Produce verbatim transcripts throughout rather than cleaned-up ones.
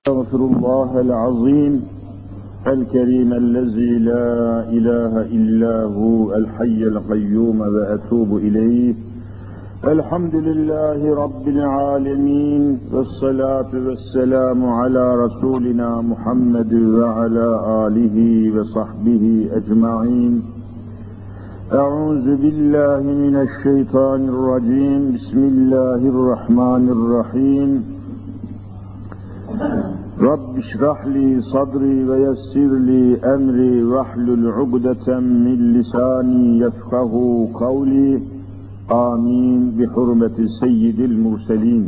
أستغفر الله العظيم الكريم الذي لا إله إلا هو الحي القيوم وأتوب إليه. الحمد لله رب العالمين والصلاة والسلام على رسولنا محمد وعلى آله وصحبه أجمعين. أعوذ بالله من الشيطان الرجيم. بسم الله الرحمن الرحيم. رب اشرح لي صدري ويسر لي أمري واحلل عقدة من لساني يفقه قولي. آمين بحرمة سيد المرسلين.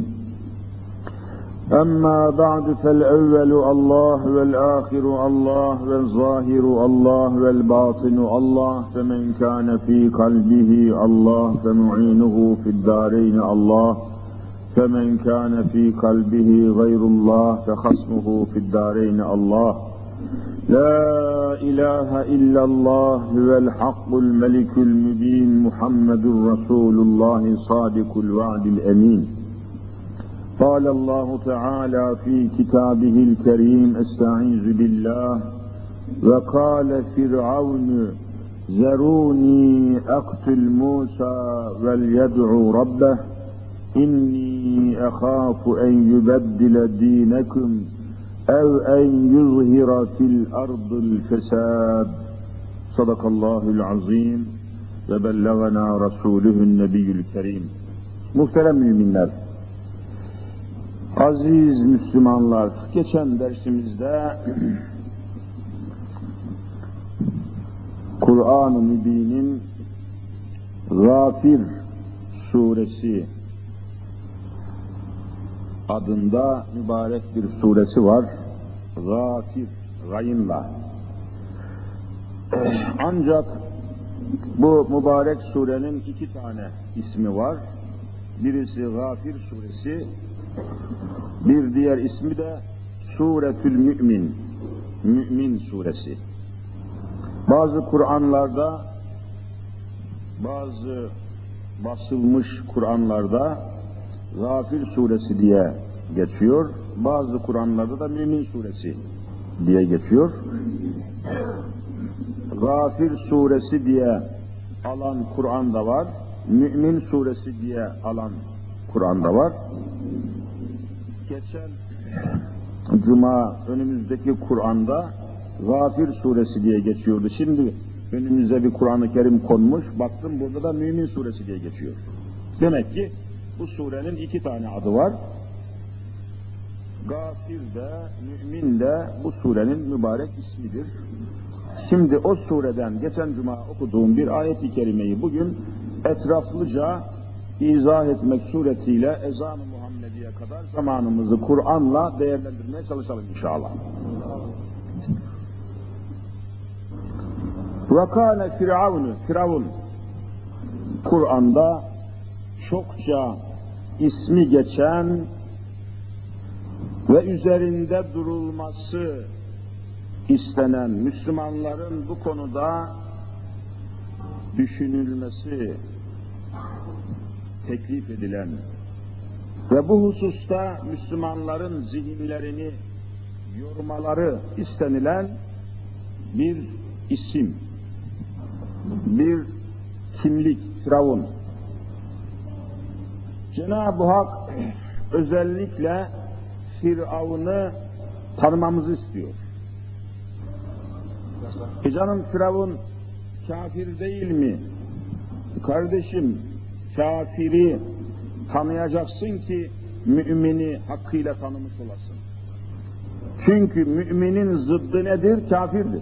أما بعد فالأول الله والآخر الله والظاهر الله والباطن الله، فمن كان في قلبه الله فمعينه في الدارين الله، فمن كان في قلبه غير الله فخصمه في الدارين الله. لا إله إلا الله هو الحق الملك المبين محمد رسول الله صادق الوعد الأمين. قال الله تعالى في كتابه الكريم: استعيذ بالله. وقال فرعون ذروني أقتل موسى وليدع ربه إني أخاف أن يبدل دينكم أو أن يظهر في الأرض الفساد. صدق الله العظيم وبلغنا رسوله النبي الكريم. Muhterem müminler, aziz Müslümanlar, geçen dersimizde Kur'an-ı Mübin'in Gafir suresi adında mübarek bir suresi var. Gafir, gayınla. Ancak bu mübarek surenin iki tane ismi var. Birisi Gafir suresi, bir diğer ismi de Suretül Mü'min, Mü'min suresi. Bazı Kur'anlarda, bazı basılmış Kur'anlarda Gafir suresi diye geçiyor, bazı Kur'anlarda da Mü'min suresi diye geçiyor. Gafir suresi diye alan Kur'an'da var, Mü'min suresi diye alan Kur'an'da var. Geçen Cuma önümüzdeki Kur'an'da Gafir suresi diye geçiyordu. Şimdi önümüze bir Kur'an-ı Kerim konmuş, baktım burada da Mü'min suresi diye geçiyor. Demek ki bu surenin iki tane adı var. Gafir de, Mü'min de bu surenin mübarek ismidir. Şimdi o sureden geçen Cuma okuduğum bir ayet-i kerimeyi bugün etraflıca izah etmek suretiyle ezan-ı Muhammediye kadar zamanımızı Kur'an'la değerlendirmeye çalışalım inşallah. وَقَالَ فِرْعَوْنُ Firavun, Kur'an'da çokça ismi geçen ve üzerinde durulması istenen, Müslümanların bu konuda düşünülmesi teklif edilen ve bu hususta Müslümanların zihinlerini yormaları istenilen bir isim, bir kimlik, Firavun. Cenab-ı Hak özellikle Firavun'u tanımamızı istiyor. E canım, Firavun kafir değil mi? Kardeşim, kafiri tanıyacaksın ki mümini hakkıyla tanımış olasın. Çünkü müminin zıddı nedir? Kafirdir.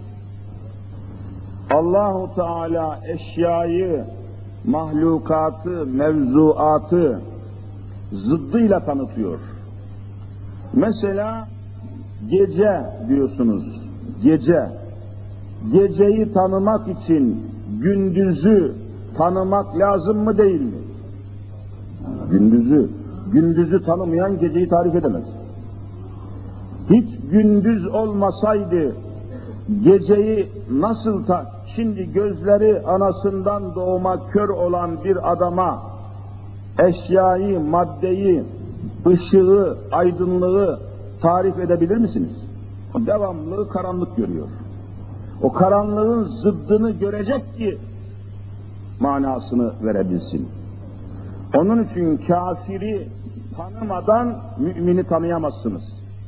Allahu Teala eşyayı, mahlukatı, mevzuatı zıddıyla tanıtıyor. Mesela gece diyorsunuz, gece. Geceyi tanımak için gündüzü tanımak lazım mı değil mi? Gündüzü. Gündüzü tanımayan geceyi tarif edemez. Hiç gündüz olmasaydı geceyi nasıl ta... Şimdi gözleri anasından doğma kör olan bir adama eşyayı, maddeyi, ışığı, aydınlığı tarif edebilir misiniz? Devamlı karanlık görüyor. O karanlığın zıddını görecek ki manasını verebilsin. Onun için kafiri tanımadan mümini tanıyamazsınız.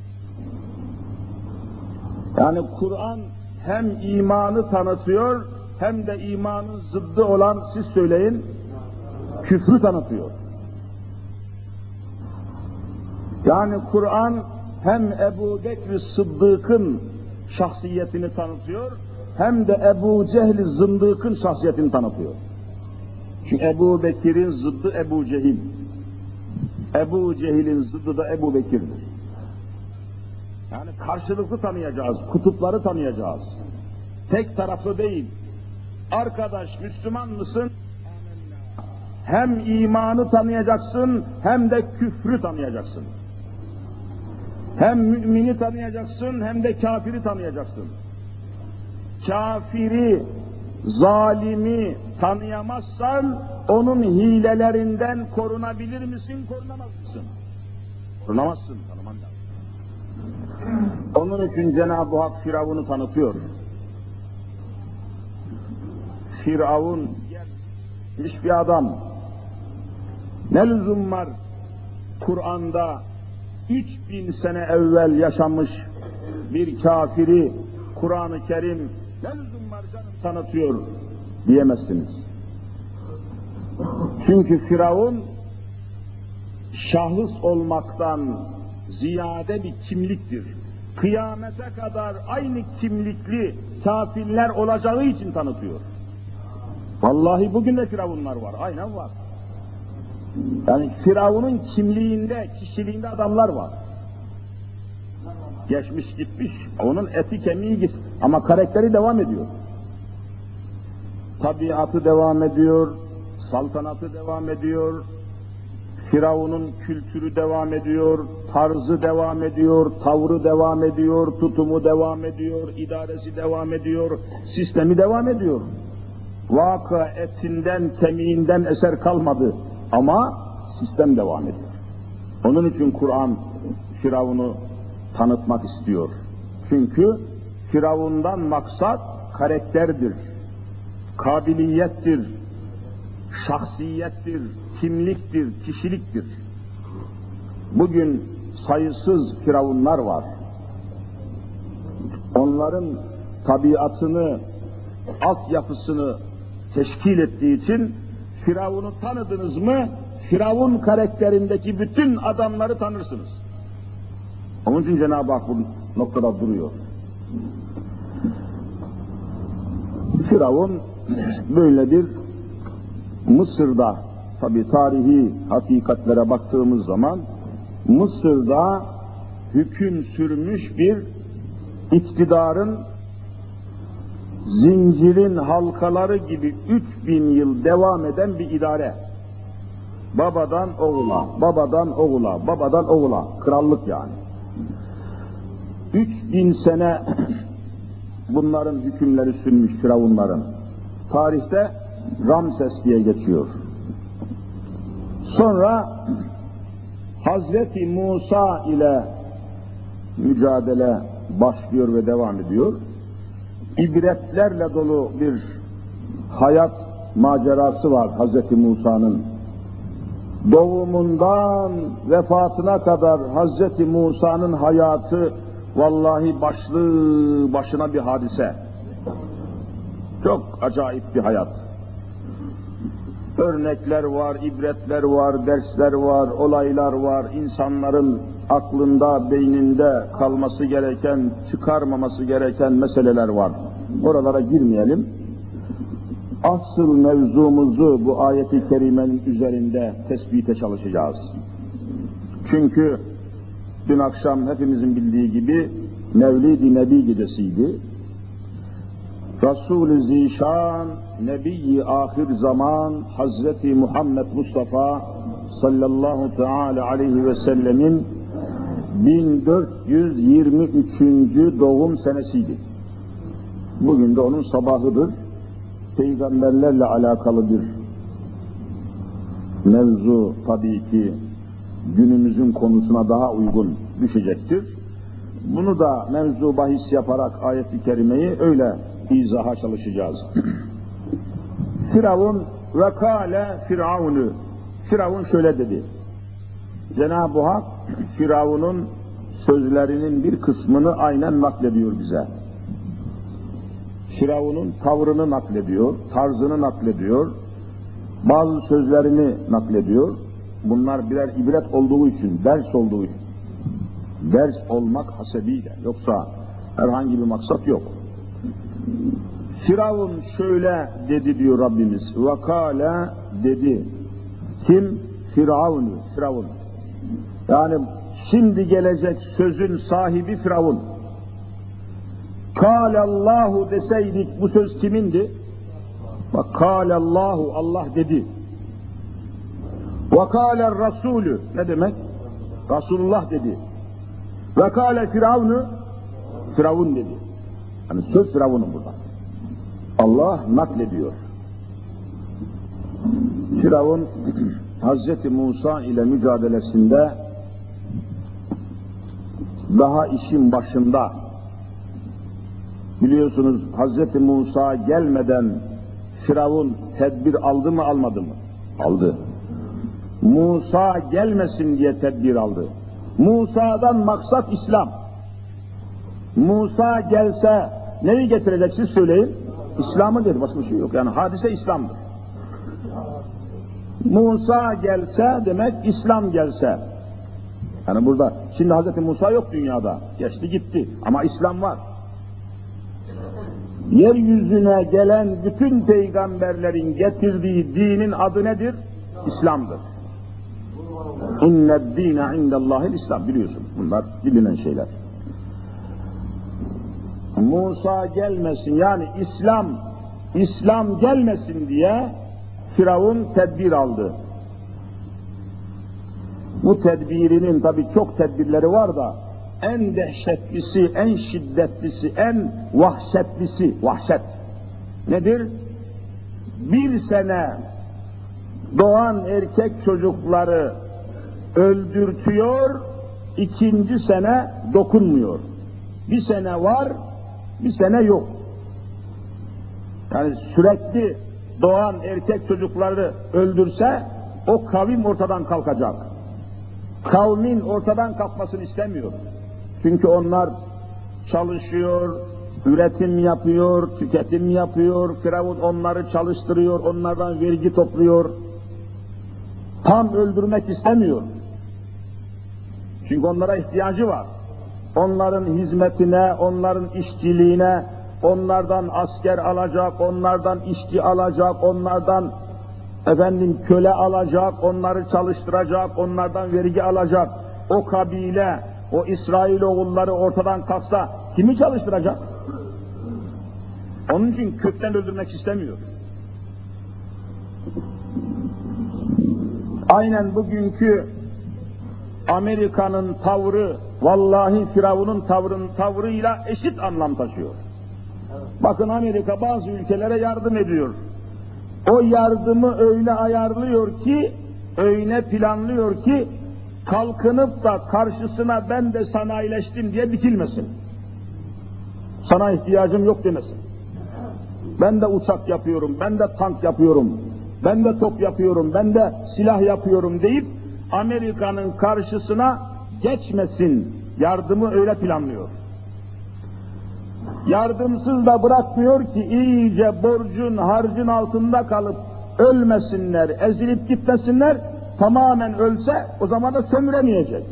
Yani Kur'an hem imanı tanıtıyor, hem de imanın zıddı olan, siz söyleyin, küfrü tanıtıyor. Yani Kur'an hem Ebu Bekr Sıddık'ın şahsiyetini tanıtıyor, hem de Ebu Cehil Zındık'ın şahsiyetini tanıtıyor. Çünkü Ebu Bekir'in zıddı Ebu Cehil. Ebu Cehil'in zıddı da Ebu Bekir'dir. Yani karşılıklı tanıyacağız, kutupları tanıyacağız. Tek taraflı değil. Arkadaş, Müslüman mısın? Hem imanı tanıyacaksın, hem de küfrü tanıyacaksın. Hem mümini tanıyacaksın, hem de kafiri tanıyacaksın. Kafiri, zalimi tanıyamazsan, onun hilelerinden korunabilir misin, korunamaz mısın? Korunamazsın, tanıman lazım. Onun için Cenab-ı Hak Firavun'u tanıtıyor. Firavun gelmiş bir adam. Ne lüzum var Kur'an'da üç bin sene evvel yaşamış bir kafiri Kur'an-ı Kerim ne lüzum var canım tanıtıyor diyemezsiniz. Çünkü Firavun şahıs olmaktan ziyade bir kimliktir. Kıyamete kadar aynı kimlikli kafirler olacağı için tanıtıyor. Vallahi bugün de Firavunlar var, aynen var. Yani Firavun'un kimliğinde, kişiliğinde adamlar var. Geçmiş gitmiş, onun eti kemiği git ama karakteri devam ediyor. Tabiatı devam ediyor, saltanatı devam ediyor, Firavun'un kültürü devam ediyor, tarzı devam ediyor, tavrı devam ediyor, tutumu devam ediyor, idaresi devam ediyor, sistemi devam ediyor. Vaka etinden, kemiğinden eser kalmadı ama sistem devam ediyor. Onun için Kur'an Firavun'u tanıtmak istiyor. Çünkü Firavun'dan maksat karakterdir, kabiliyettir, şahsiyettir, kimliktir, kişiliktir. Bugün sayısız Firavunlar var. Onların tabiatını, altyapısını teşkil ettiği için Firavun'u tanıdınız mı, Firavun karakterindeki bütün adamları tanırsınız. Onun için Cenab-ı Hak bu noktada duruyor. Firavun böyle bir Mısır'da, tabi tarihi hakikatlere baktığımız zaman Mısır'da hüküm sürmüş bir iktidarın zincirin halkaları gibi üç bin yıl devam eden bir idare. Babadan oğula, babadan oğula, babadan oğula, krallık yani. Üç bin sene bunların hükümleri sürmüş Firavunların. Tarihte Ramses diye geçiyor. Sonra Hazreti Musa ile mücadele başlıyor ve devam ediyor. İbretlerle dolu bir hayat macerası var Hazreti Musa'nın. Doğumundan vefatına kadar Hazreti Musa'nın hayatı vallahi başlı başına bir hadise. Çok acayip bir hayat. Örnekler var, ibretler var, dersler var, olaylar var, insanların aklında, beyninde kalması gereken, çıkarmaması gereken meseleler var. Oralara girmeyelim. Asıl mevzumuzu bu ayet-i kerimenin üzerinde tespite çalışacağız. Çünkü dün akşam hepimizin bildiği gibi Mevlid-i Nebi gecesiydi. Resul-i Zişan, Nebi-i Ahir Zaman, Hazreti Muhammed Mustafa sallallahu teala aleyhi ve sellemin bin dört yüz yirmi üçüncü doğum senesiydi. Bugün de onun sabahıdır. Peygamberlerle alakalı bir mevzu tabii ki günümüzün konusuna daha uygun düşecektir. bunu da mevzu bahis yaparak ayet-i kerimeyi öyle izaha çalışacağız. Firavun ve kâle Firavunu. Firavun şöyle dedi. Cenab-ı Hak Firavun'un sözlerinin bir kısmını aynen naklediyor bize. Firavun'un tavrını naklediyor, tarzını naklediyor, bazı sözlerini naklediyor. Bunlar birer ibret olduğu için, ders olduğu için, ders olmak hasebiyle, yoksa herhangi bir maksat yok. Firavun şöyle dedi diyor Rabbimiz, vakale dedi. Kim? Firavun, Firavun. Yani şimdi gelecek sözün sahibi Firavun. Kâlallahu deseydik bu söz kimindi? Bak kâlallahu, Allah dedi. Ve kâler rasûlü, ne demek? Resulullah dedi. Ve kâle Firavunu, Firavun dedi. Yani söz Firavun'un burada. Allah naklediyor. Firavun Hazreti Musa ile mücadelesinde daha işin başında, biliyorsunuz Hazreti Musa gelmeden Firavun tedbir aldı mı almadı mı? Aldı. Musa gelmesin diye tedbir aldı. Musa'dan maksat İslam. Musa gelse neyi getirecek siz söyleyin? İslam'ı dedi, başka bir şey yok. Yani hadise İslam'dır. Musa gelse demek İslam gelse. Yani burada şimdi Hazreti Musa yok dünyada. Geçti gitti ama İslam var. Yeryüzüne gelen bütün peygamberlerin getirdiği dinin adı nedir? İslam'dır. İnned dîne indellâhil İslam, biliyorsun. Bunlar bilinen şeyler. Musa gelmesin, yani İslam, İslam gelmesin diye Firavun tedbir aldı. Bu tedbirinin tabi çok tedbirleri var da en dehşetlisi, en şiddetlisi, en vahşetlisi, vahşet nedir? Bir sene doğan erkek çocukları öldürtüyor, ikinci sene dokunmuyor. Bir sene var, bir sene yok. Yani sürekli doğan erkek çocukları öldürse o kavim ortadan kalkacak. Kavmin ortadan kalkmasını istemiyor. Çünkü onlar çalışıyor, üretim yapıyor, tüketim yapıyor, Firavun onları çalıştırıyor, onlardan vergi topluyor. Tam öldürmek istemiyor. Çünkü onlara ihtiyacı var. Onların hizmetine, onların işçiliğine, onlardan asker alacak, onlardan işçi alacak, onlardan efendim köle alacak, onları çalıştıracak, onlardan vergi alacak. O kabile, o İsrailoğulları ortadan kalksa kimi çalıştıracak? Onun için kökten öldürmek istemiyor. Aynen bugünkü Amerika'nın tavrı, vallahi Firavun'un tavrın tavrıyla eşit anlam taşıyor. Bakın Amerika bazı ülkelere yardım ediyor. O yardımı öyle ayarlıyor ki, öyle planlıyor ki, kalkınıp da karşısına ben de sanayileştim diye dikilmesin. Sana ihtiyacım yok demesin. Ben de uçak yapıyorum, ben de tank yapıyorum, ben de top yapıyorum, ben de silah yapıyorum deyip Amerika'nın karşısına geçmesin. Yardımı öyle planlıyor. Yardımsız da bırakmıyor ki iyice borcun, harcın altında kalıp ölmesinler, ezilip gitmesinler. Tamamen ölse o zaman da sömüremeyecek.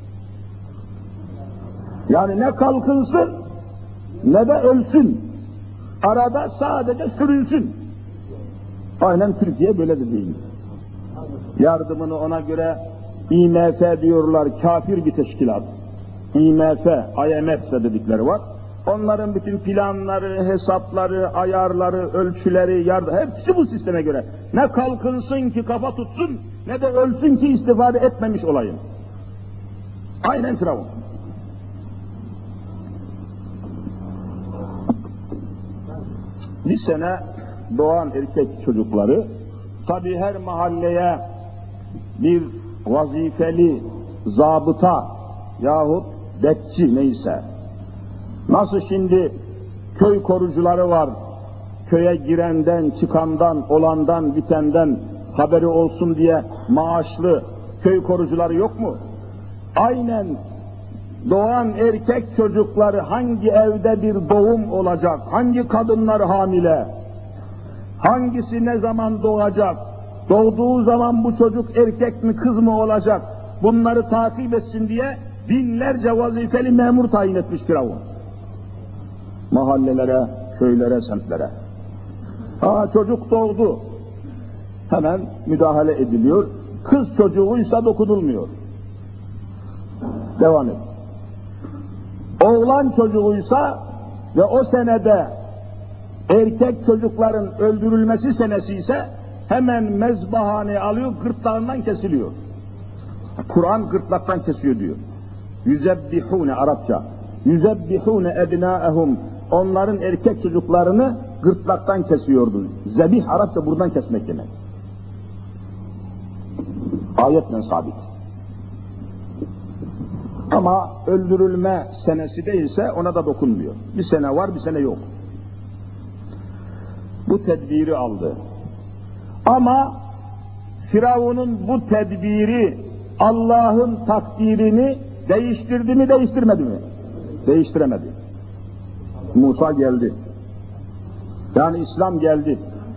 Yani ne kalkınsın ne de ölsün. Arada sadece sürünsün. Aynen Türkiye böyle de değil. Yardımını ona göre I M F diyorlar, kafir bir teşkilat. I M F, I M F dedikleri var. Onların bütün planları, hesapları, ayarları, ölçüleri, yardım, hepsi bu sisteme göre. Ne kalkınsın ki kafa tutsun, ne de ölsün ki istifade etmemiş olayım. Aynen Firavun. Bir sene doğan erkek çocukları, tabi her mahalleye bir vazifeli zabıta yahut bekçi neyse. Nasıl şimdi köy korucuları var, köye girenden, çıkandan, olandan, bitenden haberi olsun diye maaşlı köy korucuları yok mu? Aynen doğan erkek çocukları hangi evde bir doğum olacak, hangi kadınlar hamile, hangisi ne zaman doğacak, doğduğu zaman bu çocuk erkek mi kız mı olacak, bunları takip etsin diye binlerce vazifeli memur tayin etmiş Firavun. Mahallelere, köylere, semtlere. Aa, çocuk doğdu, hemen müdahale ediliyor, kız çocuğuysa dokunulmuyor. Devam et. Oğlan çocuğuysa ve o senede erkek çocukların öldürülmesi senesi ise hemen mezbahane alıyor, gırtlağından kesiliyor. Kur'an gırtlaktan kesiyor diyor. Yüzebbihune Arapça. Yüzebbihune ebnâehum. Onların erkek çocuklarını gırtlaktan kesiyordu. Zebih Arapça buradan kesmek demek. Ayetle sabit. Ama öldürülme senesi değilse ona da dokunmuyor. Bir sene var, bir sene yok. Bu tedbiri aldı. Ama Firavun'un bu tedbiri Allah'ın takdirini değiştirdi mi, değiştirmedi mi? Değiştiremedi. Musa geldi. Yani İslam geldi.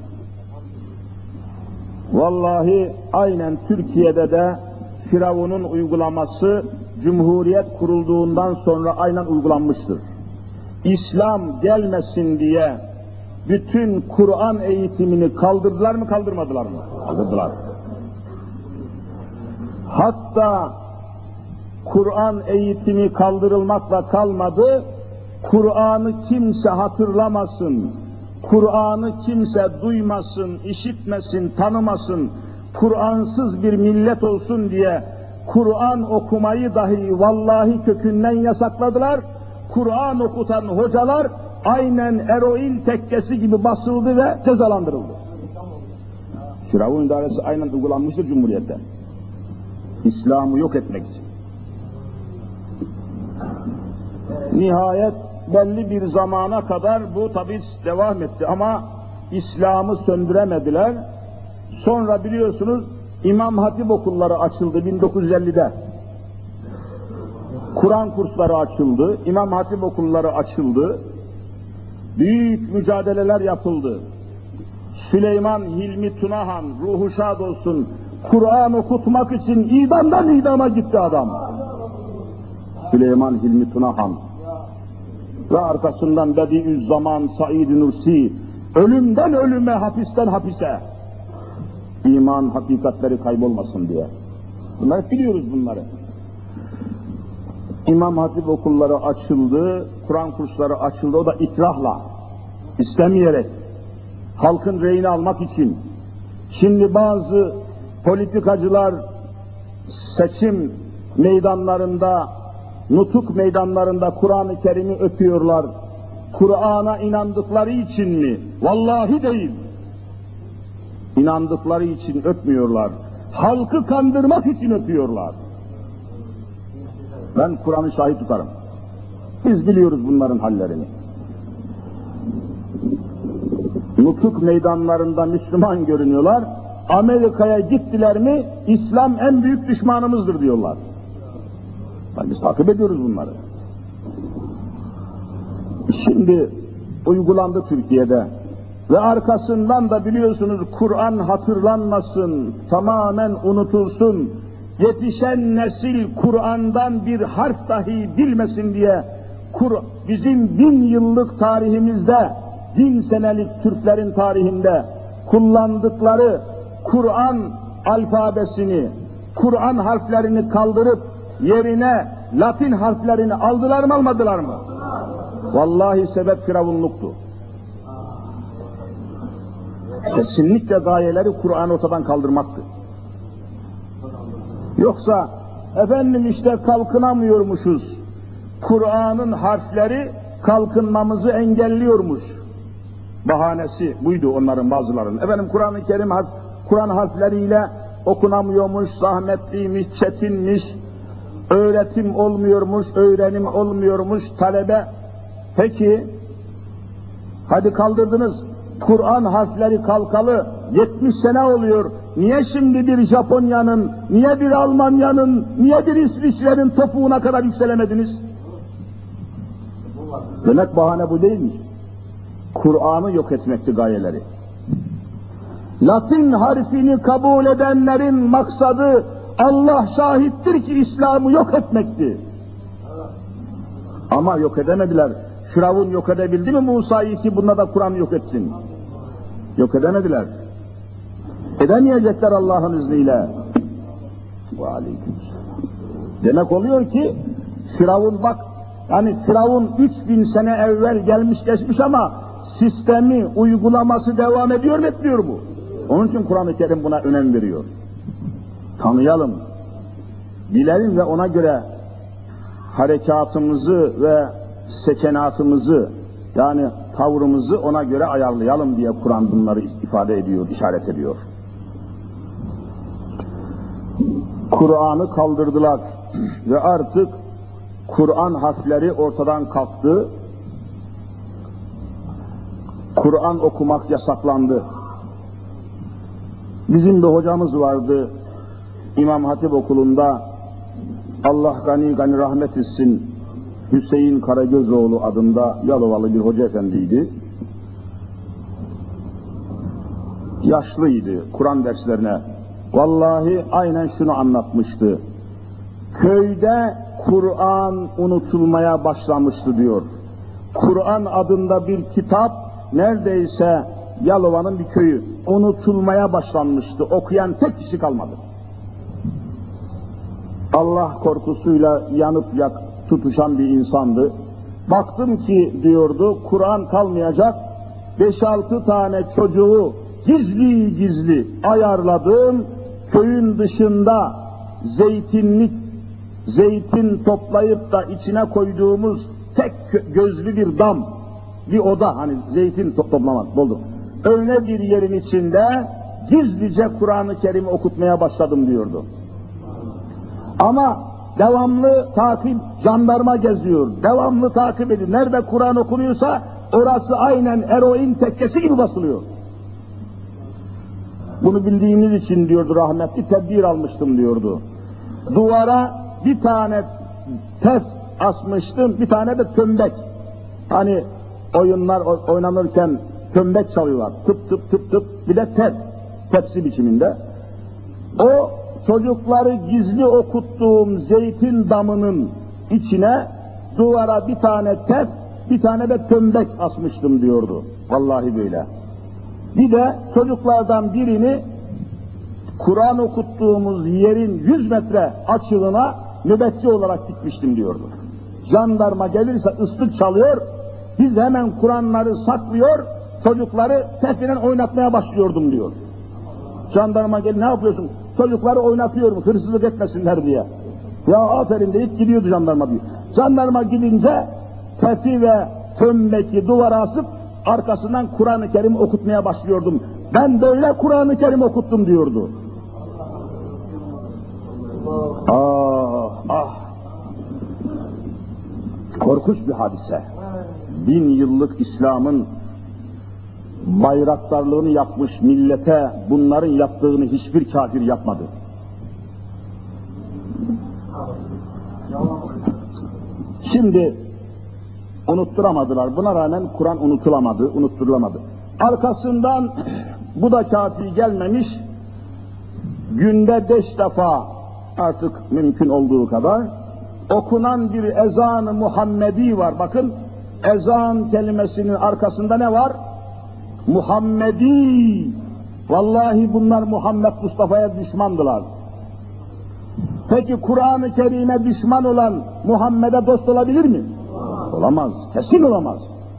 Vallahi aynen Türkiye'de de Firavun'un uygulaması Cumhuriyet kurulduğundan sonra aynen uygulanmıştır. İslam gelmesin diye bütün Kur'an eğitimini kaldırdılar mı, kaldırmadılar mı? Kaldırdılar. Hatta Kur'an eğitimi kaldırılmakla kalmadı, Kur'an'ı kimse hatırlamasın, Kur'an'ı kimse duymasın, işitmesin, tanımasın, Kur'ansız bir millet olsun diye Kur'an okumayı dahi vallahi kökünden yasakladılar. Kur'an okutan hocalar aynen eroin tekkesi gibi basıldı ve cezalandırıldı. Firavun idaresi aynen uygulanmıştır Cumhuriyet'te. İslam'ı yok etmek için. Nihayet belli bir zamana kadar bu tabi devam etti ama İslam'ı söndüremediler. Sonra biliyorsunuz İmam Hatip okulları açıldı bin dokuz yüz ellide. Kur'an kursları açıldı, İmam Hatip okulları açıldı. Büyük mücadeleler yapıldı. Süleyman Hilmi Tunahan, ruhu şad olsun, Kur'an okutmak için idamdan idama gitti adam. Süleyman Hilmi Tunahan. Ve arkasından Bediüzzaman Said Nursi, ölümden ölüme, hapisten hapise. İman hakikatleri kaybolmasın diye. Bunları biliyoruz bunları. İmam Hatip okulları açıldı, Kur'an kursları açıldı, o da ikrahla, istemeyerek, halkın reyini almak için. Şimdi bazı politikacılar seçim meydanlarında, nutuk meydanlarında Kur'an-ı Kerim'i öpüyorlar. Kur'an'a inandıkları için mi? Vallahi değil. İnandıkları için öpmüyorlar. Halkı kandırmak için öpüyorlar. Ben Kur'an'ı şahit tutarım. Biz biliyoruz bunların hallerini. Nutuk meydanlarında Müslüman görünüyorlar. Amerika'ya gittiler mi İslam en büyük düşmanımızdır diyorlar. Yani biz takip ediyoruz bunları. Şimdi uygulandı Türkiye'de ve arkasından da biliyorsunuz Kur'an hatırlanmasın, tamamen unutulsun, yetişen nesil Kur'an'dan bir harf dahi bilmesin diye Kur bizim bin yıllık tarihimizde, bin senelik Türklerin tarihinde kullandıkları Kur'an alfabesini, Kur'an harflerini kaldırıp yerine Latin harflerini aldılar mı, almadılar mı? Vallahi sebep firavunluktu. Kesinlikle gayeleri Kur'an'ı ortadan kaldırmaktı. Yoksa efendim işte kalkınamıyormuşuz, Kur'an'ın harfleri kalkınmamızı engelliyormuş bahanesi buydu onların bazılarının. Efendim Kur'an-ı Kerim Kur'an harfleriyle okunamıyormuş, zahmetliymiş, çetinmiş, öğretim olmuyormuş, öğrenim olmuyormuş, talebe. Peki, hadi kaldırdınız, Kur'an harfleri kalkalı yetmiş sene oluyor. Niye şimdi bir Japonya'nın, niye bir Almanya'nın, niye bir İsviçre'nin topuğuna kadar yükselemediniz? Demek bahane bu değil mi? Kur'an'ı yok etmekti gayeleri. Latin harfini kabul edenlerin maksadı Allah şahittir ki İslam'ı yok etmekti. Ama yok edemediler. Firavun yok edebildi mi Musa'yı ki bunda da Kur'an yok etsin? Yok edemediler. Edemeyecekler Allah'ın izniyle. Demek oluyor ki Firavun bak, yani Firavun üç bin sene evvel gelmiş geçmiş ama sistemi, uygulaması devam ediyor mu etmiyor mu? Onun için Kur'an-ı Kerim buna önem veriyor. Tanıyalım, bilelim ve ona göre harekatımızı ve sekenatımızı, yani tavrımızı ona göre ayarlayalım diye Kur'an bunları ifade ediyor, işaret ediyor. Kur'an'ı kaldırdılar ve artık Kur'an harfleri ortadan kalktı. Kur'an okumak yasaklandı. Bizim de hocamız vardı İmam Hatip Okulu'nda, Allah gani gani rahmet etsin, Hüseyin Karagözoğlu adında Yalovalı bir hoca efendiydi. Yaşlıydı Kur'an derslerine. Vallahi aynen şunu anlatmıştı. Köyde Kur'an unutulmaya başlamıştı diyor. Kur'an adında bir kitap neredeyse Yalova'nın bir köyü unutulmaya başlanmıştı. Okuyan tek kişi kalmadı. Allah korkusuyla yanıp yak tutuşan bir insandı. Baktım ki diyordu, Kur'an kalmayacak, beş altı tane çocuğu gizli gizli ayarladım, köyün dışında zeytinlik, zeytin toplayıp da içine koyduğumuz tek gözlü bir dam, bir oda, hani zeytin toplamak bulduk. Öyle bir yerin içinde gizlice Kur'an-ı Kerim'i okutmaya başladım diyordu. Ama devamlı takip, jandarma geziyor, devamlı takip ediyor. Nerede Kur'an okunuyorsa orası aynen eroin tekkesi gibi basılıyor. Bunu bildiğiniz için diyordu rahmetli, tedbir almıştım diyordu. Duvara bir tane tef asmıştım, bir tane de tömbek. Hani oyunlar oynanırken tömbek çalıyorlar, tıp tıp tıp tıp, bir de tef, tepsi biçiminde. O çocukları gizli okuttuğum zeytin damının içine duvara bir tane tef, bir tane de tömbek asmıştım diyordu. Vallahi böyle. Bir de çocuklardan birini Kur'an okuttuğumuz yerin yüz metre açığına nöbetçi olarak dikmiştim diyordu. Jandarma gelirse ıslık çalıyor, biz hemen Kur'anları saklıyor, çocukları tefinen oynatmaya başlıyordum diyor. Jandarma gelin, ne yapıyorsun? Çocukları oynatıyorum, hırsızlık etmesinler diye. Ya aferin deyip gidiyordu jandarma diyor. Jandarma gidince tefi ve tömbeki duvara asıp arkasından Kur'an-ı Kerim okutmaya başlıyordum. Ben böyle Kur'an-ı Kerim okuttum diyordu. Ah ah! Korkunç bir hadise. Bin yıllık İslam'ın bayraktarlığını yapmış millete bunların yaptığını hiçbir kafir yapmadı. Şimdi unutturamadılar. Buna rağmen Kur'an unutulamadı, unutturulamadı. Arkasından bu da kafi gelmemiş, günde beş defa artık mümkün olduğu kadar okunan bir ezan-ı Muhammedi var. Bakın, ezan kelimesinin arkasında ne var? Muhammedi. Vallahi bunlar Muhammed Mustafa'ya düşmandılar. Peki Kur'an-ı Kerim'e düşman olan Muhammed'e dost olabilir mi? Olamaz, kesin olamaz.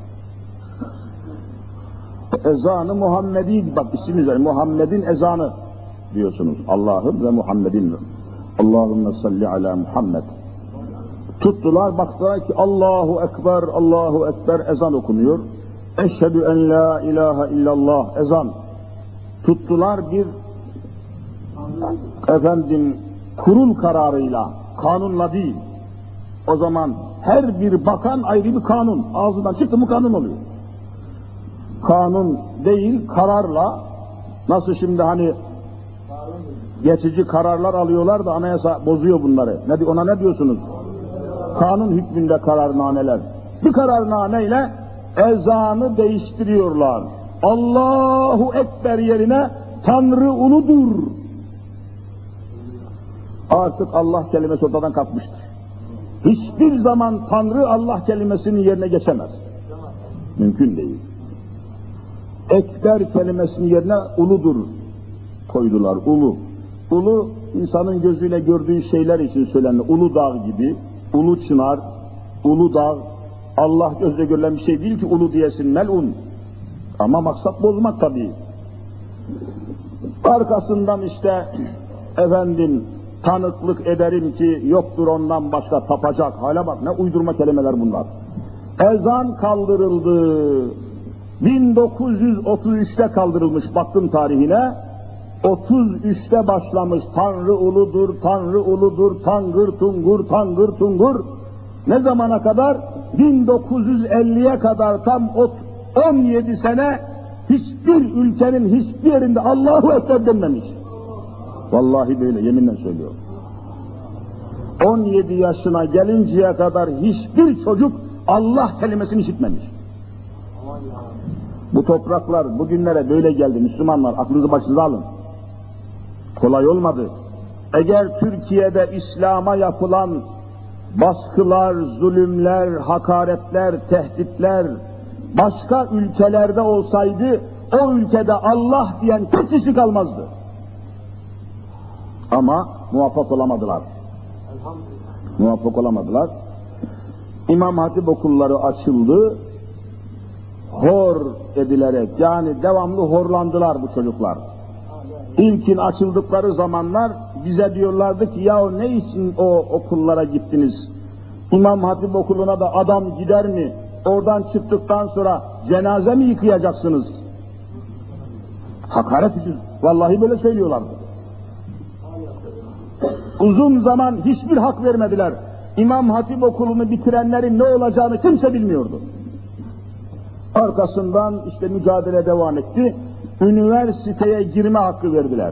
Ezan-ı Muhammedi, bak isim üzere, Muhammed'in ezanı diyorsunuz. Allah'ın ve Muhammed'in. Allahümme salli ala Muhammed. Tuttular, baktılar ki Allahu Ekber, Allahu Ekber ezan okunuyor. Eşhedü en la ilahe illallah ezan. Tuttular bir efendim kurul kararıyla kanunla değil. O zaman her bir bakan ayrı bir kanun. Ağzından çıktı mı kanun oluyor. Kanun değil, kararla, nasıl şimdi hani geçici kararlar alıyorlar da anayasa bozuyor bunları. Ne, ona ne diyorsunuz? Kanun hükmünde kararnameler. Bir kararnameyle ezanı değiştiriyorlar. Allahu Ekber yerine Tanrı uludur. Artık Allah kelimesi ortadan kalkmıştır. Hiçbir zaman Tanrı Allah kelimesinin yerine geçemez. Mümkün değil. Ekber kelimesinin yerine uludur koydular, ulu. Ulu, insanın gözüyle gördüğü şeyler için söylenir. Ulu dağ gibi, ulu çınar, ulu dağ. Allah gözle görülen bir şey değil ki ulu diyesin, melun. Ama maksat bozmak tabii. Arkasından işte, efendim, tanıklık ederim ki yoktur ondan başka tapacak. Hala bak, ne uydurma kelimeler bunlar. Ezan kaldırıldı. bin dokuz yüz otuz üçte kaldırılmış, baktım tarihine. otuz üçte başlamış, Tanrı uludur, Tanrı uludur, tangır tungur, tangır tungur. Ne zamana kadar? bin dokuz yüz elliye kadar tam on yedi sene hiçbir ülkenin hiçbir yerinde Allahu Ekber denmemiş. Vallahi böyle, yeminle söylüyorum. on yedi yaşına gelinceye kadar hiçbir çocuk Allah kelimesini işitmemiş. Bu topraklar bugünlere böyle geldi Müslümanlar, aklınızı başınıza alın. Kolay olmadı. Eğer Türkiye'de İslam'a yapılan baskılar, zulümler, hakaretler, tehditler başka ülkelerde olsaydı o ülkede Allah diyen tek kişi kalmazdı. Ama muvaffak olamadılar. Muvaffak olamadılar. İmam Hatip okulları açıldı. Hor edilerek, yani devamlı horlandılar bu çocuklar. İlkin açıldıkları zamanlar bize diyorlardı ki ya ne için o okullara gittiniz? İmam Hatip okuluna da adam gider mi? Oradan çıktıktan sonra cenaze mi yıkayacaksınız? Hakaret için. Vallahi böyle söylüyorlardı. Uzun zaman hiçbir hak vermediler. İmam Hatip okulunu bitirenlerin ne olacağını kimse bilmiyordu. Arkasından işte mücadele devam etti. Üniversiteye girme hakkı verdiler.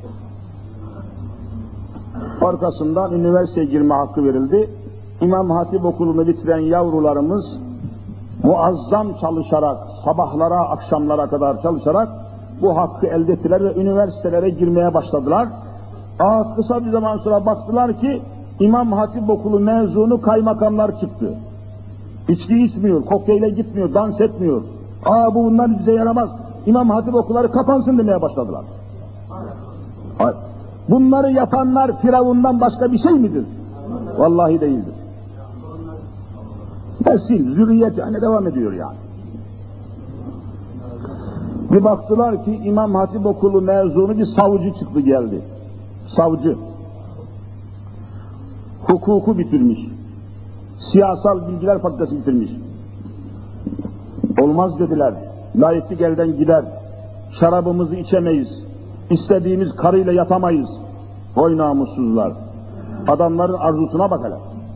Arkasından üniversiteye girme hakkı verildi. İmam Hatip okulunu bitiren yavrularımız muazzam çalışarak, sabahlara, akşamlara kadar çalışarak bu hakkı elde ettiler ve üniversitelere girmeye başladılar. Aa, kısa bir zaman sonra baktılar ki İmam Hatip okulu mezunu kaymakamlar çıktı. İçki içmiyor, kokteyle gitmiyor, dans etmiyor. Aa, bu bunlar bize yaramaz. İmam Hatip okulları kapansın demeye başladılar. Hayır. Bunları yapanlar Firavundan başka bir şey midir? Vallahi değildir. Nesil, zürriyet yani devam ediyor yani. Bir baktılar ki İmam Hatip okulu mezunu bir savcı çıktı geldi. Savcı. Hukuku bitirmiş. Siyasal bilgiler fakültesi bitirmiş. Olmaz dediler. Layıklık elden gider. Şarabımızı içemeyiz. İstediğimiz karıyla yatamayız. Oy namussuzlar. Adamların arzusuna bak hele.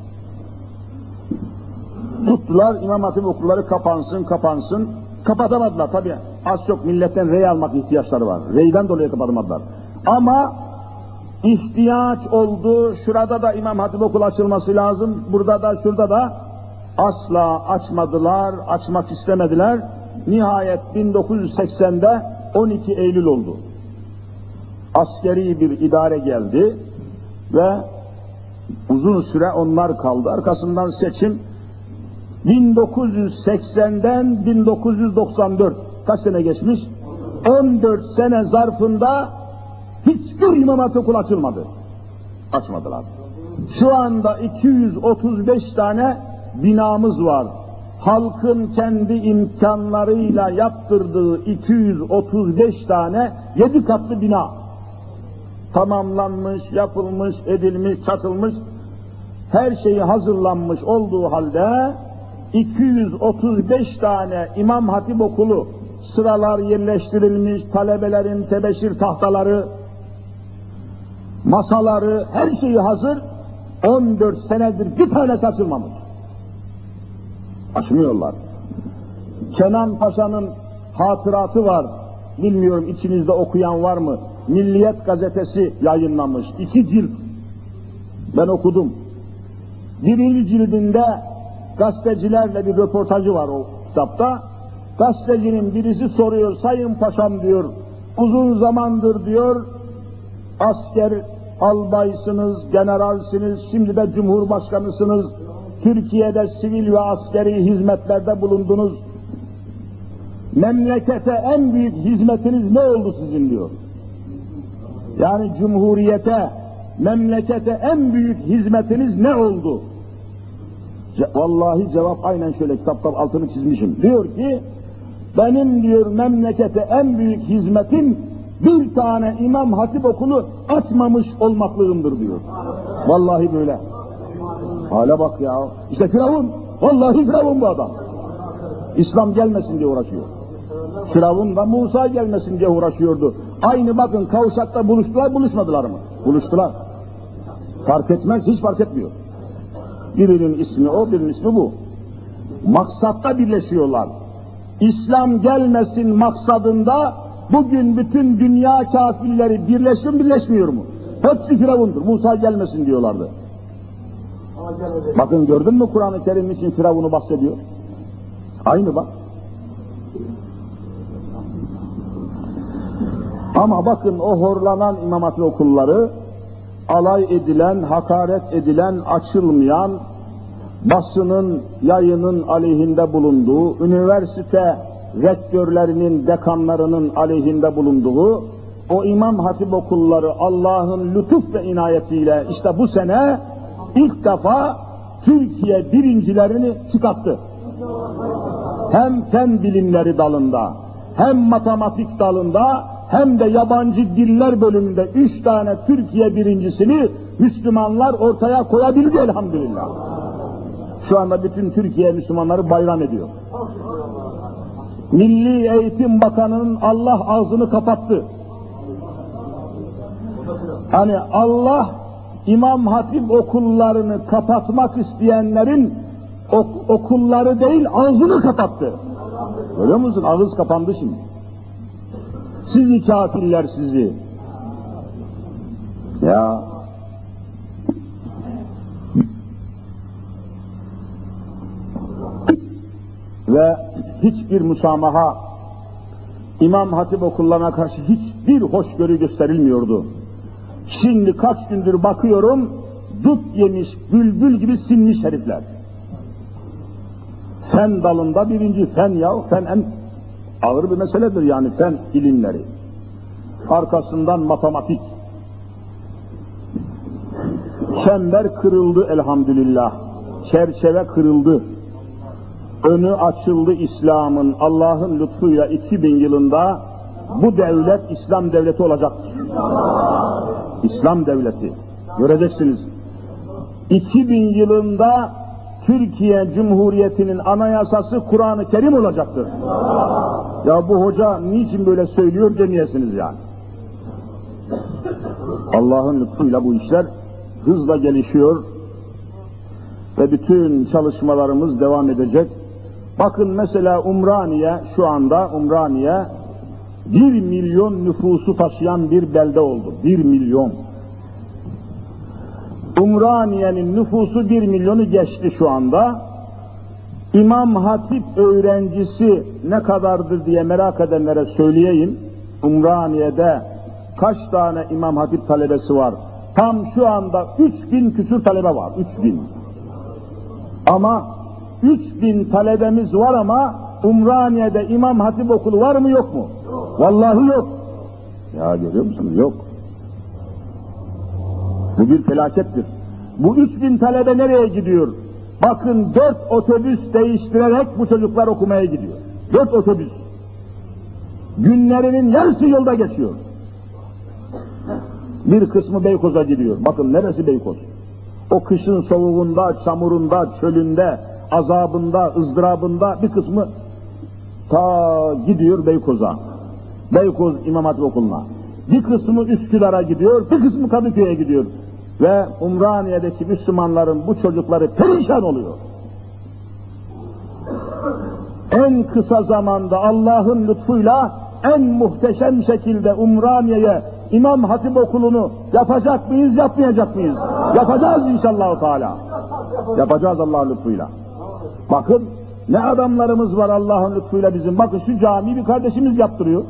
Tuttular, İmam Hatip okulları kapansın, kapansın. Kapatamadılar tabii. Az çok milletten rey almak ihtiyaçları var. Reyden dolayı kapatamadılar. Ama ihtiyaç oldu. Şurada da İmam Hatip okulu açılması lazım. Burada da, şurada da asla açmadılar, açmak istemediler. Nihayet bin dokuz yüz seksende on iki Eylül oldu. Askeri bir idare geldi ve uzun süre onlar kaldı. Arkasından seçim bin dokuz yüz seksenden bin dokuz yüz doksan dört, kaç sene geçmiş? on dört sene zarfında hiçbir İmam Hatip okulu açılmadı. Açmadılar. Şu anda iki yüz otuz beş tane binamız var. Halkın kendi imkanlarıyla yaptırdığı iki yüz otuz beş tane yedi katlı bina. Tamamlanmış, yapılmış, edilmiş, çatılmış, her şeyi hazırlanmış olduğu halde iki yüz otuz beş tane İmam Hatip okulu, sıralar yerleştirilmiş, talebelerin tebeşir tahtaları, masaları, her şeyi hazır, on dört senedir bir tanesi açılmamış. Açmıyorlar. Kenan Paşa'nın hatıratı var. Bilmiyorum içinizde okuyan var mı? Milliyet gazetesi yayınlamış. İki cilt. Ben okudum. Birinci cildinde gazetecilerle bir röportajı var o kitapta. Gazetecinin birisi soruyor, Sayın Paşam diyor, uzun zamandır diyor, asker albaysınız, generalsiniz, şimdi de cumhurbaşkanısınız, Türkiye'de sivil ve askeri hizmetlerde bulundunuz. Memlekete en büyük hizmetiniz ne oldu sizin diyor. Yani cumhuriyete, memlekete en büyük hizmetiniz ne oldu? Ce- Vallahi cevap aynen şöyle, kitapta altını çizmişim. Diyor ki, benim diyor memlekete en büyük hizmetim bir tane İmam Hatip okulu açmamış olmaklığımdır diyor. Vallahi böyle. Hale bak ya. İşte Firavun. Vallahi Firavun bu adam. İslam gelmesin diye uğraşıyor. Firavun da Musa gelmesin diye uğraşıyordu. Aynı bakın kavşakta buluştular, buluşmadılar mı? Buluştular. Fark etmez, hiç fark etmiyor. Birinin ismi o, birinin ismi bu. Maksatta birleşiyorlar. İslam gelmesin maksadında bugün bütün dünya kafirleri birleşiyor mu, birleşmiyor mu? Hepsi Firavundur. Musa gelmesin diyorlardı. Bakın gördün mü Kur'an-ı Kerim için Firavun'u bahsediyor? Aynı bak. Ama bakın o horlanan İmam Hatip okulları, alay edilen, hakaret edilen, açılmayan, basının, yayının aleyhinde bulunduğu, üniversite rektörlerinin, dekanlarının aleyhinde bulunduğu o İmam Hatip okulları Allah'ın lütuf ve inayetiyle işte bu sene ilk defa Türkiye birincilerini çıkarttı. Hem fen bilimleri dalında, hem matematik dalında, hem de yabancı diller bölümünde üç tane Türkiye birincisini Müslümanlar ortaya koyabildi elhamdülillah. Şu anda bütün Türkiye Müslümanları bayram ediyor. Milli Eğitim Bakanı'nın Allah ağzını kapattı. Hani Allah İmam Hatip okullarını kapatmak isteyenlerin ok okulları değil ağzını kapattı. Görüyor musun? Ağız kapandı şimdi. Sizi kafirler sizi. Ya ve hiçbir müsamaha İmam Hatip okullarına karşı hiçbir hoşgörü gösterilmiyordu. Şimdi kaç gündür bakıyorum, dut yemiş, bülbül gibi sinmiş herifler. Fen dalında birinci, fen ya, fen en ağır bir meseledir yani, fen ilimleri. Arkasından matematik. Çember kırıldı elhamdülillah. Çerçeve kırıldı. Önü açıldı İslam'ın, Allah'ın lütfuyla iki bin yılında bu devlet İslam devleti olacaktır. İslam devleti. Göreceksiniz. iki bin yılında Türkiye Cumhuriyeti'nin anayasası Kur'an-ı Kerim olacaktır. Ya bu hoca niçin böyle söylüyor demeyesiniz yani. Allah'ın lütfuyla bu işler hızla gelişiyor ve bütün çalışmalarımız devam edecek. Bakın mesela Umraniye, şu anda Umraniye bir milyon nüfusu taşıyan bir belde oldu. Bir milyon. Umraniye'nin nüfusu bir milyonu geçti şu anda. İmam Hatip öğrencisi ne kadardır diye merak edenlere söyleyeyim. Umraniye'de kaç tane İmam Hatip talebesi var? Tam şu anda üç bin küsur talebe var. Üç bin. Ama üç bin talebemiz var ama Umraniye'de İmam Hatip okulu var mı yok mu? Vallahi yok. Ya görüyor musunuz? Yok. Bu bir felakettir. Bu üç bin talebe nereye gidiyor? Bakın dört otobüs değiştirerek bu çocuklar okumaya gidiyor. Dört otobüs. Günlerinin yarısı yolda geçiyor. Bir kısmı Beykoz'a gidiyor. Bakın neresi Beykoz? O kışın soğuğunda, çamurunda, çölünde, azabında, ızdırabında bir kısmı ta gidiyor Beykoz'a. Beykoz İmam Hatip Okulu'na. Bir kısmı Üsküdar'a gidiyor, bir kısmı Kadıköy'e gidiyor. Ve Umraniye'deki Müslümanların bu çocukları perişan oluyor. En kısa zamanda Allah'ın lütfuyla en muhteşem şekilde Umraniye'ye İmam Hatip Okulu'nu yapacak mıyız, yapmayacak mıyız? Yapacağız inşallah Teala. Yapacağız Allah'ın lütfuyla. Bakın ne adamlarımız var Allah'ın lütfuyla bizim. Bakın şu camiyi bir kardeşimiz yaptırıyor.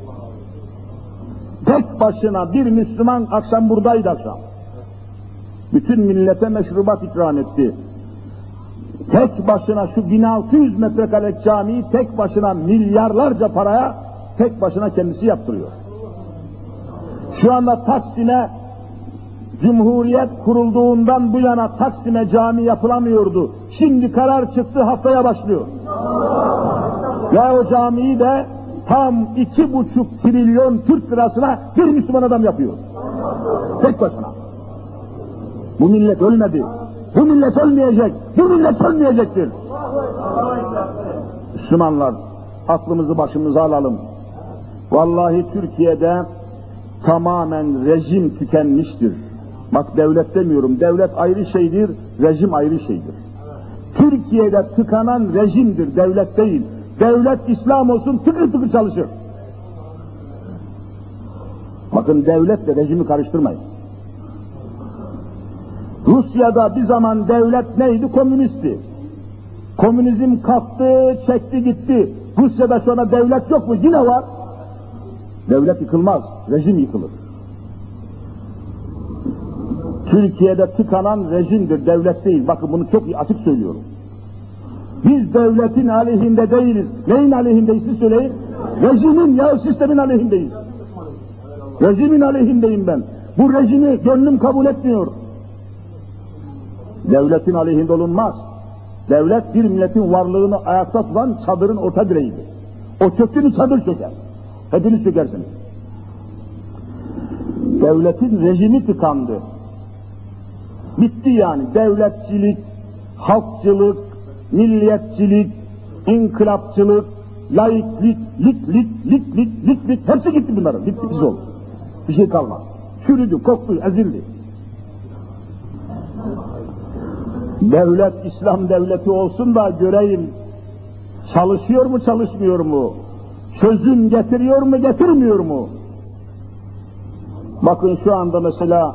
Tek başına bir Müslüman akşam buradaydı akşam. Bütün millete meşrubat ikram etti. Tek başına şu bin altı yüz metrekarelik camiyi tek başına milyarlarca paraya tek başına kendisi yaptırıyor. Şu anda Taksim'e Cumhuriyet kurulduğundan bu yana Taksim'e cami yapılamıyordu. Şimdi karar çıktı, haftaya başlıyor. Ve o camiyi de tam iki buçuk trilyon Türk lirasına bir Müslüman adam yapıyor. Tek başına. Bu millet ölmedi. Bu millet ölmeyecek. Bu millet ölmeyecektir. Müslümanlar, aklımızı başımıza alalım. Vallahi Türkiye'de tamamen rejim tükenmiştir. Bak devlet demiyorum, devlet ayrı şeydir, rejim ayrı şeydir. Türkiye'de tıkanan rejimdir, devlet değil. Devlet İslam olsun tıkır tıkır çalışır. Bakın devletle rejimi karıştırmayın. Rusya'da bir zaman devlet neydi? Komünistti. Komünizm kalktı, çekti gitti. Rusya'da şu anda devlet yok mu? Yine var. Devlet yıkılmaz, rejim yıkılır. Türkiye'de tıkanan rejimdir, devlet değil. Bakın bunu çok açık söylüyorum. Biz devletin aleyhinde değiliz. Neyin aleyhindeyiz siz söyleyin? Rejimin ya sistemin aleyhindeyiz. Rejimin aleyhindeyim ben. Bu rejimi gönlüm kabul etmiyor. Devletin aleyhinde olunmaz. Devlet bir milletin varlığını ayakta tutan çadırın orta direğidir. O çöktü mü çadır çöker. Hepiniz çökersiniz. Devletin rejimi tıkandı. Bitti yani. Devletçilik, halkçılık, milliyetçilik, inkılapçılık, laiklik, lik, lik, lik, lik, lik, lik, hepsi gitti bunların. Bitti, biz oldu. Bir şey kalmadı. Çürüdü, koktu, ezildi. Devlet, İslam devleti olsun da göreyim, çalışıyor mu, çalışmıyor mu? Çözüm getiriyor mu, getirmiyor mu? Bakın şu anda mesela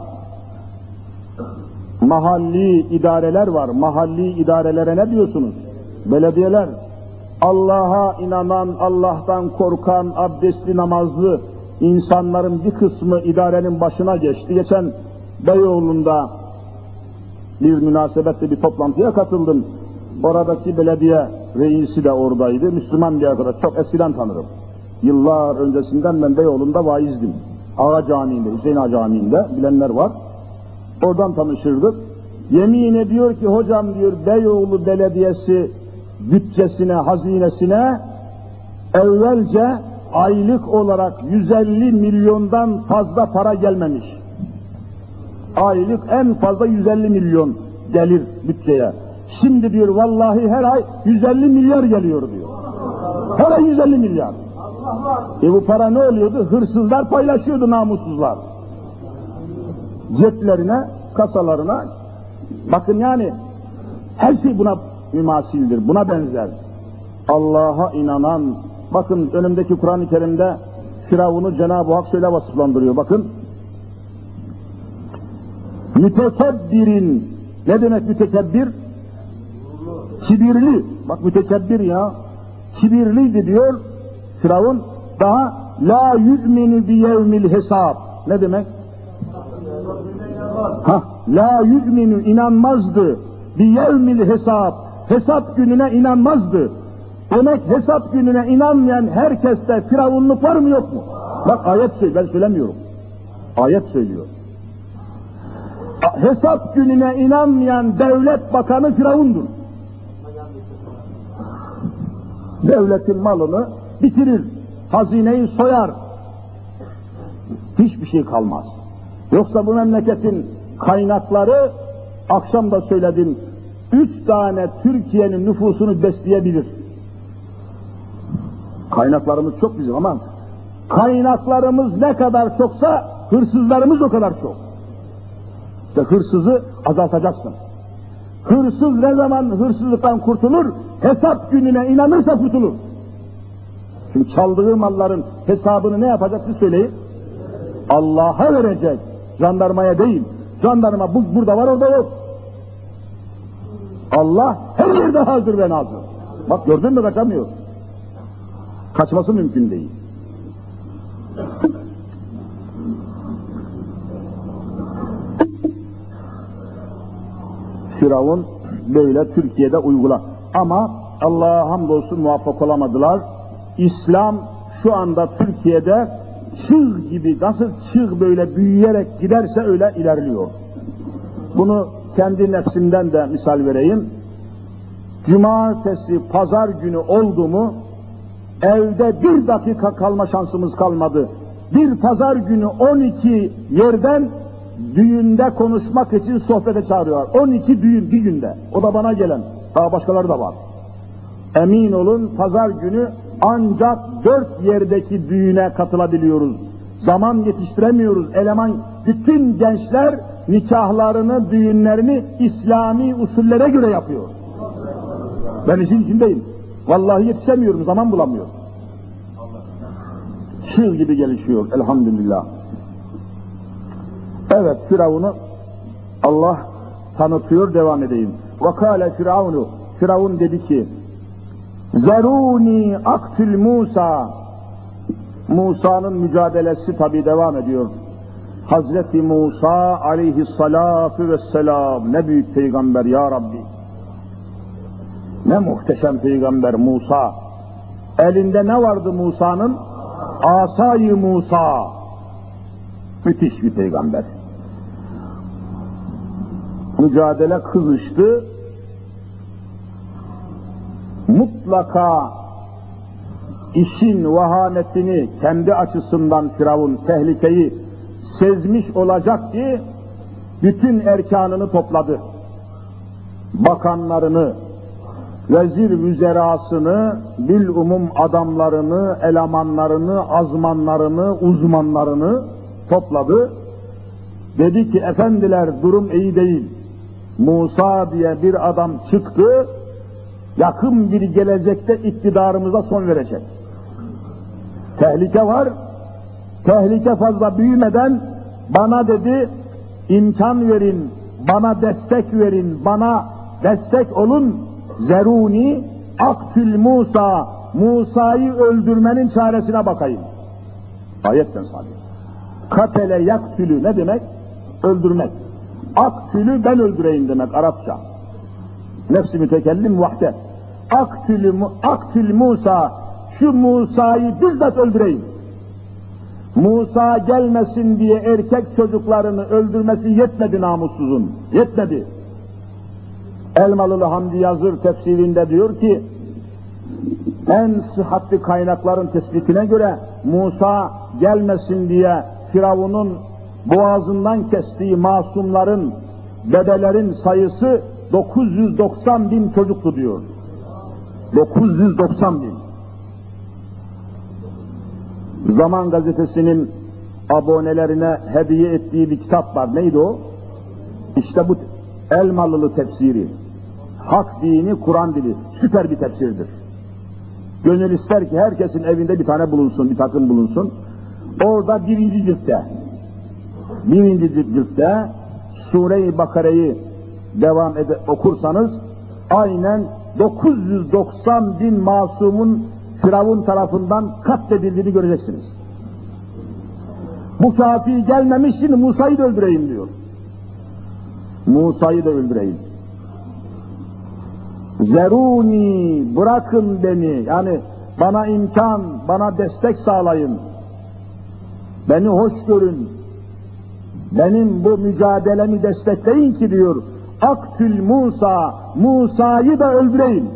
mahalli idareler var. Mahalli idarelere ne diyorsunuz? Belediyeler. Allah'a inanan, Allah'tan korkan, abdestli namazlı insanların bir kısmı idarenin başına geçti. Geçen Beyoğlu'nda bir münasebetle bir toplantıya katıldım. Oradaki belediye reisi de oradaydı. Müslüman bir arkadaş. Çok eskiden tanırım. Yıllar öncesinden ben Beyoğlu'nda vaizdim. Ağa Camii'nde, Hüseyin Ağa Camii'nde bilenler var. Oradan tanışırdık. Yemin ediyor ki hocam diyor Beyoğlu Belediyesi bütçesine, hazinesine evvelce aylık olarak yüz elli milyondan fazla para gelmemiş. Aylık en fazla yüz elli milyon gelir bütçeye. Şimdi diyor vallahi her ay yüz elli milyar geliyor diyor. Her ay yüz elli milyar. E bu para ne oluyordu? Hırsızlar paylaşıyordu, namussuzlar. Ceplerine, kasalarına. Bakın yani her şey buna mümasildir, buna benzer. Allah'a inanan, bakın önümdeki Kur'an-ı Kerim'de Firavun'u Cenab-ı Hak şöyle vasıflandırıyor, bakın. Mütekebbirin, ne demek mütekebbir? Kibirli, bak mütekebbir ya, kibirliydi diyor Firavun, daha la yu'minu bi yevmil hesab, ne demek? Ha, la yu'minu inanmazdı, bi yevmil hesab, hesap gününe inanmazdı. Demek hesap gününe inanmayan herkeste firavunluk var mı yok mu? Bak ayet söylüyor, ben söylemiyorum. Ayet söylüyor. Hesap gününe inanmayan devlet bakanı firavundur. Devletin malını bitirir, hazineyi soyar. Hiçbir şey kalmaz. Yoksa bu memleketin kaynakları, akşam da söyledim, üç tane Türkiye'nin nüfusunu besleyebilir. Kaynaklarımız çok bizim ama kaynaklarımız ne kadar çoksa hırsızlarımız o kadar çok. İşte hırsızı azaltacaksın. Hırsız ne zaman hırsızlıktan kurtulur? Hesap gününe inanırsa kurtulur. Çünkü çaldığı malların hesabını ne yapacak siz söyleyin? Allah'a verecek. Jandarmaya değil. Jandarma bu, burada var orada yok. Allah her yerde hazır ve nazır. Bak gördün mü kaçamıyor. Kaçması mümkün değil. Firavun böyle Türkiye'de uygula. Ama Allah'a hamdolsun muvaffak olamadılar. İslam şu anda Türkiye'de çığ gibi, nasıl çığ böyle büyüyerek giderse öyle ilerliyor. Bunu kendi nefsimden de misal vereyim. Cumartesi, pazar günü oldu mu evde bir dakika kalma şansımız kalmadı. Bir pazar günü on iki yerden düğünde konuşmak için sohbete çağırıyorlar. on iki düğün bir günde. O da bana gelen. Daha başkaları da var. Emin olun pazar günü ancak dört yerdeki düğüne katılabiliyoruz. Zaman yetiştiremiyoruz. Eleman, bütün gençler nikahlarını, düğünlerini İslami usullere göre yapıyor. Ben işin içindeyim. Vallahi yetişemiyorum, zaman bulamıyorum. Çığ gibi gelişiyor elhamdülillah. Evet, Firavun'u Allah tanıtıyor, devam edeyim. وَقَالَ Firavunu, Firavun dedi ki, Zeruni aktül Musa. Musa'nın mücadelesi tabi devam ediyor. Hazreti Musa aleyhissalatu vesselam ne büyük peygamber ya Rabbi. Ne muhteşem peygamber Musa. Elinde ne vardı Musa'nın? Asayı Musa. Müthiş bir peygamber. Mücadele kızıştı. Mutlaka işin vahametini kendi açısından Firavun tehlikeyi sezmiş olacak ki bütün erkanını topladı. Bakanlarını, vezir vüzerasını, bilumum adamlarını, elemanlarını, azmanlarını, uzmanlarını topladı. Dedi ki efendiler durum iyi değil. Musa diye bir adam çıktı. Yakın bir gelecekte iktidarımıza son verecek. Tehlike var, tehlike fazla büyümeden bana dedi, imkan verin, bana destek verin, bana destek olun, zeruni aktül Musa, Musa'yı öldürmenin çaresine bakayım. Ayetten sabit. Katele yaktülü ne demek? Öldürmek. Aktülü ben öldüreyim demek Arapça. Nefs-i mütekellim vahde. Aktül, aktül Musa, şu Musa'yı bizzat öldüreyim. Musa gelmesin diye erkek çocuklarını öldürmesi yetmedi namussuzun. Yetmedi. Elmalılı Hamdi Yazır tefsirinde diyor ki, en sıhhatli kaynakların tespitine göre Musa gelmesin diye Firavun'un boğazından kestiği masumların, bebelerin sayısı dokuz yüz doksan bin çocuktu diyor. dokuz yüz doksan bin. Zaman gazetesinin abonelerine hediye ettiği bir kitap var. Neydi o? İşte bu Elmalılı tefsiri. Hak dini, Kur'an dili. Süper bir tefsirdir. Gönül ister ki herkesin evinde bir tane bulunsun, bir takım bulunsun. Orada birinci ciltte, birinci ciltte Sure-i Bakara'yı devam ede, okursanız aynen dokuz yüz doksan bin masumun Firavun tarafından katledildiğini göreceksiniz. Bu kafi gelmemiş, şimdi Musa'yı da öldüreyim diyor. Musa'yı da öldüreyim. Zeruni, bırakın beni, yani bana imkan, bana destek sağlayın. Beni hoş görün. Benim bu mücadelemi destekleyin ki diyor. Aktül Musa, Musa'yı da öldüreyim.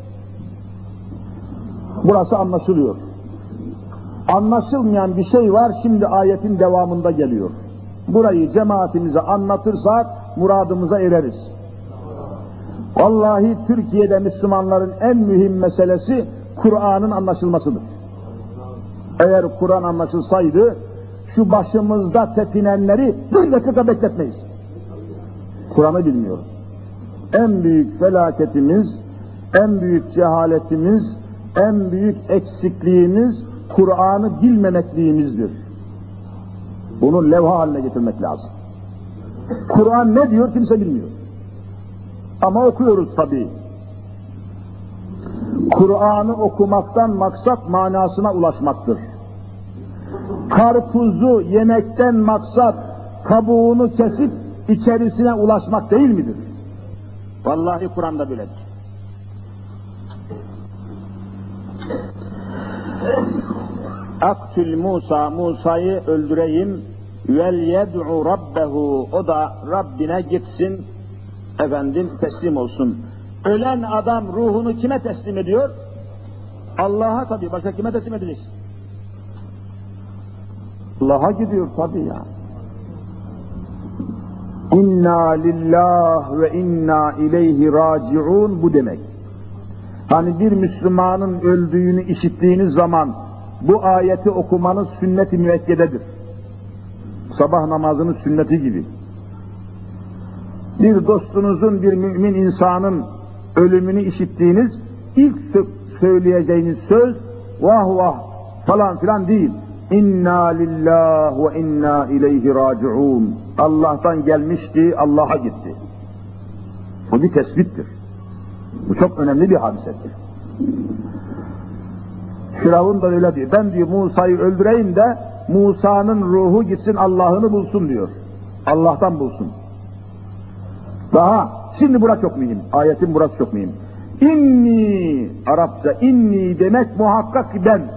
Burası anlaşılıyor. Anlaşılmayan bir şey var, şimdi ayetin devamında geliyor. Burayı cemaatimize anlatırsak muradımıza ereriz. Vallahi Türkiye'de Müslümanların en mühim meselesi Kur'an'ın anlaşılmasıdır. Eğer Kur'an anlaşılsaydı şu başımızda tepinenleri bir dakika bekletmeyiz. Kur'an'ı bilmiyoruz. En büyük felaketimiz, en büyük cehaletimiz, en büyük eksikliğimiz Kur'an'ı bilmemekliğimizdir. Bunu levha haline getirmek lazım. Kur'an ne diyor kimse bilmiyor. Ama okuyoruz tabii. Kur'an'ı okumaktan maksat manasına ulaşmaktır. Karpuzu yemekten maksat kabuğunu kesip içerisine ulaşmak değil midir? Vallahi Kur'an'da böyledir. Aktül Musa, Musa'yı öldüreyim, vel yed'u rabbehu, o da Rabbine gitsin, efendim teslim olsun. Ölen adam ruhunu kime teslim ediyor? Allah'a tabii, başka kime teslim edilir? Allah'a gidiyor tabii ya. İnna lillah ve inna ileyhi raciun, bu demek. Hani bir Müslümanın öldüğünü işittiğiniz zaman bu ayeti okumanız sünnet-i müekkededir. Sabah namazının sünneti gibi. Bir dostunuzun, bir mümin insanın ölümünü işittiğiniz ilk söyleyeceğiniz söz vah vah falan filan değil. İnna lillah ve inna ileyhi raciun. Allah'tan gelmişti, Allah'a gitti. Bu bir tespittir. Bu çok önemli bir hadisedir. Firavun da öyle diyor. Ben diyor Musa'yı öldüreyim de Musa'nın ruhu gitsin Allah'ını bulsun diyor. Allah'tan bulsun. Daha şimdi burası çok mühim. Ayetin burası çok mühim. İnni, Arapça inni demek muhakkak ki ben.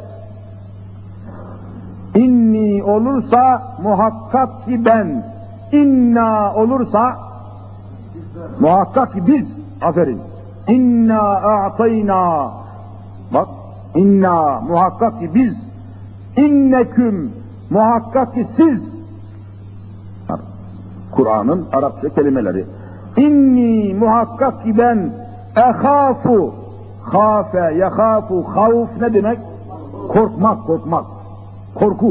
İnni olursa muhakkak ki ben. İnna olursa muhakkak ki biz. Aferin. İnna a'tayna. Bak, inna muhakkak ki biz. İnneküm muhakkak ki siz. Kur'an'ın Arapça kelimeleri. İnni muhakkak ki ben ehâfu, hâfe, yehâfu, havf ne demek? Korkmak, korkmak, korku.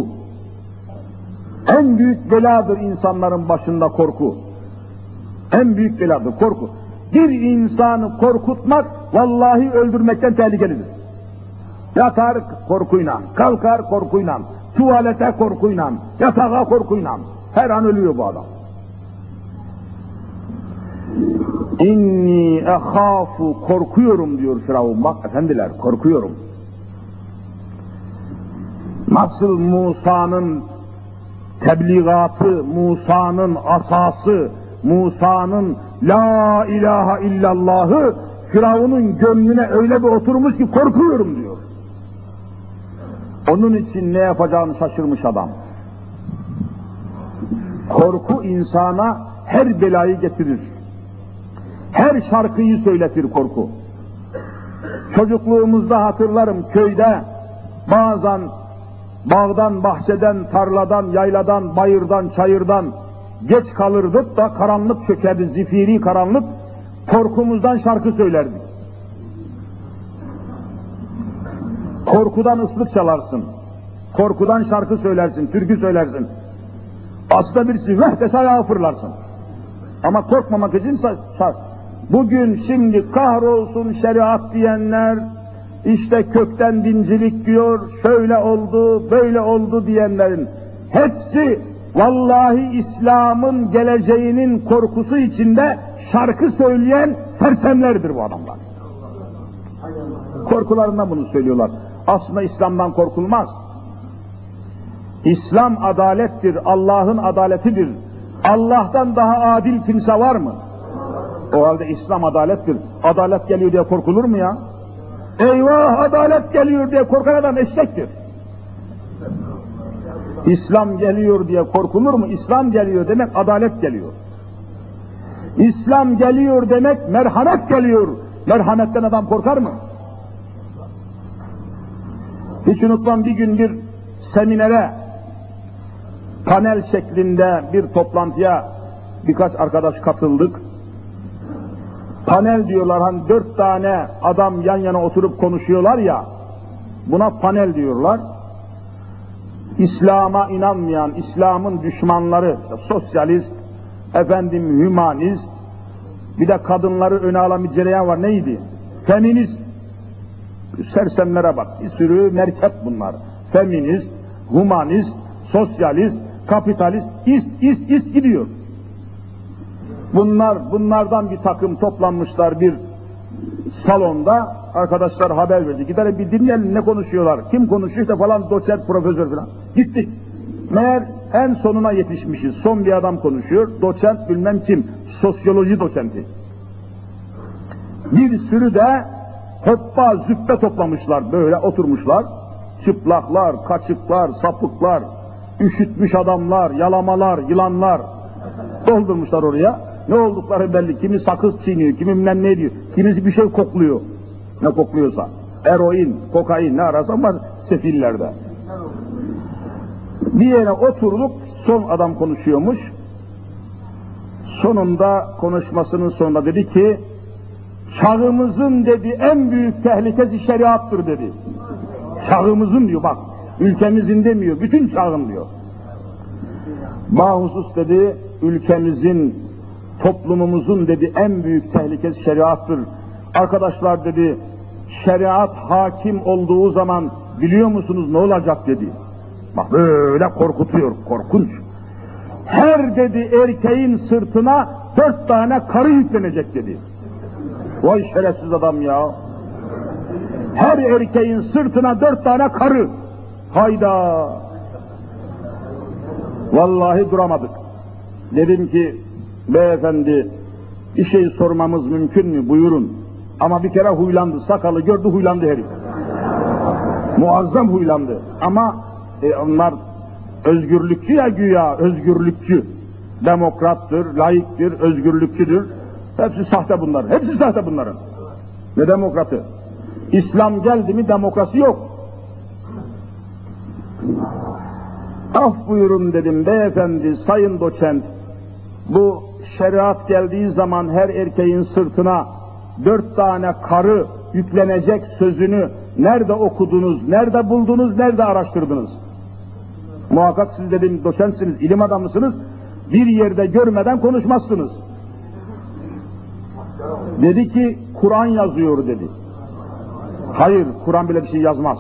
En büyük beladır insanların başında korku. En büyük beladır korku. Bir insanı korkutmak vallahi öldürmekten tehlikelidir. Yatar korkuyla, kalkar korkuyla, tuvalete korkuyla, yatağa korkuyla. Her an ölüyor bu adam. İnni ehâfu, korkuyorum diyor Firavun. Bak efendiler, korkuyorum. Nasıl Musa'nın tebliğatı, Musa'nın asası, Musa'nın la ilahe illallahı Firavun'un gönlüne öyle bir oturmuş ki korkuyorum diyor. Onun için ne yapacağını şaşırmış adam. Korku insana her belayı getirir. Her şarkıyı söyletir korku. Çocukluğumuzda hatırlarım köyde bazen bağdan, bahçeden, tarladan, yayladan, bayırdan, çayırdan geç kalırdık da karanlık çökerdi, zifiri karanlık, korkumuzdan şarkı söylerdik. Korkudan ıslık çalarsın, korkudan şarkı söylersin, türkü söylersin. Aslında birisi veh dese ayağı fırlarsın. Ama korkmamak için şarkı. Bugün şimdi kahrolsun şeriat diyenler, işte kökten dincilik diyor, şöyle oldu, böyle oldu diyenlerin hepsi vallahi İslam'ın geleceğinin korkusu içinde şarkı söyleyen sersemlerdir bu adamlar. Korkularından bunu söylüyorlar. Aslında İslam'dan korkulmaz. İslam adalettir, Allah'ın adaletidir. Allah'tan daha adil kimse var mı? O halde İslam adalettir. Adalet geliyor diye korkulur mu ya? Eyvah adalet geliyor diye korkan adam eşektir. İslam geliyor diye korkulur mu? İslam geliyor demek adalet geliyor. İslam geliyor demek merhamet geliyor. Merhametten adam korkar mı? Hiç unutmam, bir gün bir seminere, panel şeklinde bir toplantıya birkaç arkadaş katıldık. Panel diyorlar, hani dört tane adam yan yana oturup konuşuyorlar ya, buna panel diyorlar. İslam'a inanmayan, İslam'ın düşmanları, sosyalist, efendim hümanist, Bir de kadınları öne alan bir cereyan var. Neydi? Feminist. Sersemlere bak. Bir sürü merkep bunlar. Feminist, humanist, sosyalist, kapitalist, ist, ist, ist gidiyor. Bunlar, bunlardan bir takım toplanmışlar bir salonda. Arkadaşlar haber verdi. Gidelim bir dinleyelim ne konuşuyorlar. Kim konuşuyor işte falan, doçent, profesör falan. Gittik. Meğer en sonuna yetişmişiz. Son bir adam konuşuyor. Doçent bilmem kim. Sosyoloji doçenti. Bir sürü de hoppa züppe toplamışlar. Böyle oturmuşlar. Çıplaklar, kaçıklar, sapıklar, üşütmüş adamlar, yalamalar, yılanlar doldurmuşlar oraya. Ne oldukları belli. Kimi sakız çiğniyor, kimi bilmem ne diyor. Kimisi bir şey kokluyor. Ne kokluyorsa. Eroin, kokain ne ararsan var sefillerde. Bir yere oturduk, son adam konuşuyormuş. Sonunda konuşmasının sonunda dedi ki, çağımızın dedi en büyük tehlikesi şeriattır dedi. Çağımızın diyor bak, ülkemizin demiyor, bütün çağın diyor. Bahusus dedi, ülkemizin, toplumumuzun dedi en büyük tehlikesi şeriattır. Arkadaşlar dedi, şeriat hakim olduğu zaman biliyor musunuz ne olacak dedi. Bak böyle korkutuyor, korkunç. Her dedi erkeğin sırtına dört tane karı yüklenecek dedi. Vay şerefsiz adam ya. Her erkeğin sırtına dört tane karı. Hayda. Vallahi duramadık. Dedim ki beyefendi bir şey sormamız mümkün mü buyurun. Ama bir kere huylandı, sakalı gördü huylandı herif. Muazzam huylandı. Ama e, onlar özgürlükçü ya güya, özgürlükçü. Demokrattır, laiktir, özgürlükçüdür. Hepsi sahte bunlar, hepsi sahte bunların. Ne demokratı? İslam geldi mi demokrasi yok. Af buyurun dedim beyefendi, sayın doçent. Bu şeriat geldiği zaman her erkeğin sırtına dört tane karı yüklenecek sözünü nerede okudunuz, nerede buldunuz, nerede araştırdınız? Muhakkak siz dedim doçentsiniz, ilim adamısınız, bir yerde görmeden konuşmazsınız. Dedi ki Kur'an yazıyor dedi. Hayır, Kur'an bile bir şey yazmaz.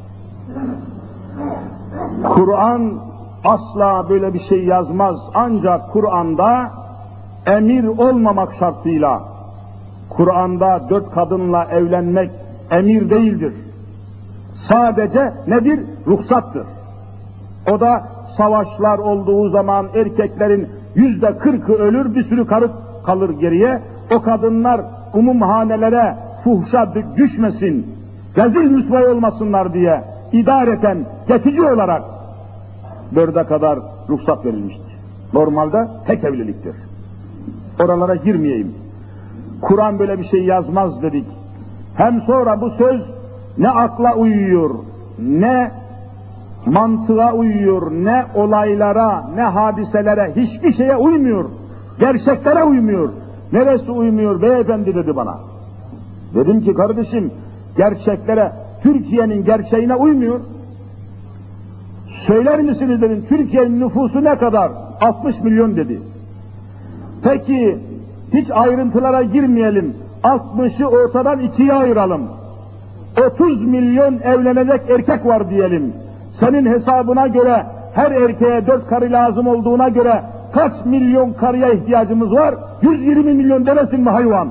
Kur'an asla böyle bir şey yazmaz. Ancak Kur'an'da emir olmamak şartıyla, Kur'an'da dört kadınla evlenmek emir değildir. Sadece nedir? Ruhsattır. O da savaşlar olduğu zaman erkeklerin yüzde kırkı ölür, bir sürü karı kalır geriye. O kadınlar umumhanelere fuhşa düşmesin, rezil rüsvay olmasınlar diye idareten, geçici olarak dörde kadar ruhsat verilmiştir. Normalde tek evliliktir. Oralara girmeyeyim. Kur'an böyle bir şey yazmaz dedik. Hem sonra bu söz ne akla uyuyor, ne mantığa uyuyor, ne olaylara, ne hadiselere, hiçbir şeye uymuyor. Gerçeklere uymuyor. Neresi uymuyor beyefendi dedi bana. Dedim ki kardeşim, gerçeklere, Türkiye'nin gerçeğine uymuyor. Söyler misiniz dedim, Türkiye'nin nüfusu ne kadar? altmış milyon dedi. Peki, hiç ayrıntılara girmeyelim. altmışı ortadan ikiye ayıralım. otuz milyon evlenecek erkek var diyelim. Senin hesabına göre her erkeğe dört karı lazım olduğuna göre kaç milyon karıya ihtiyacımız var? yüz yirmi milyon demesin mi hayvan?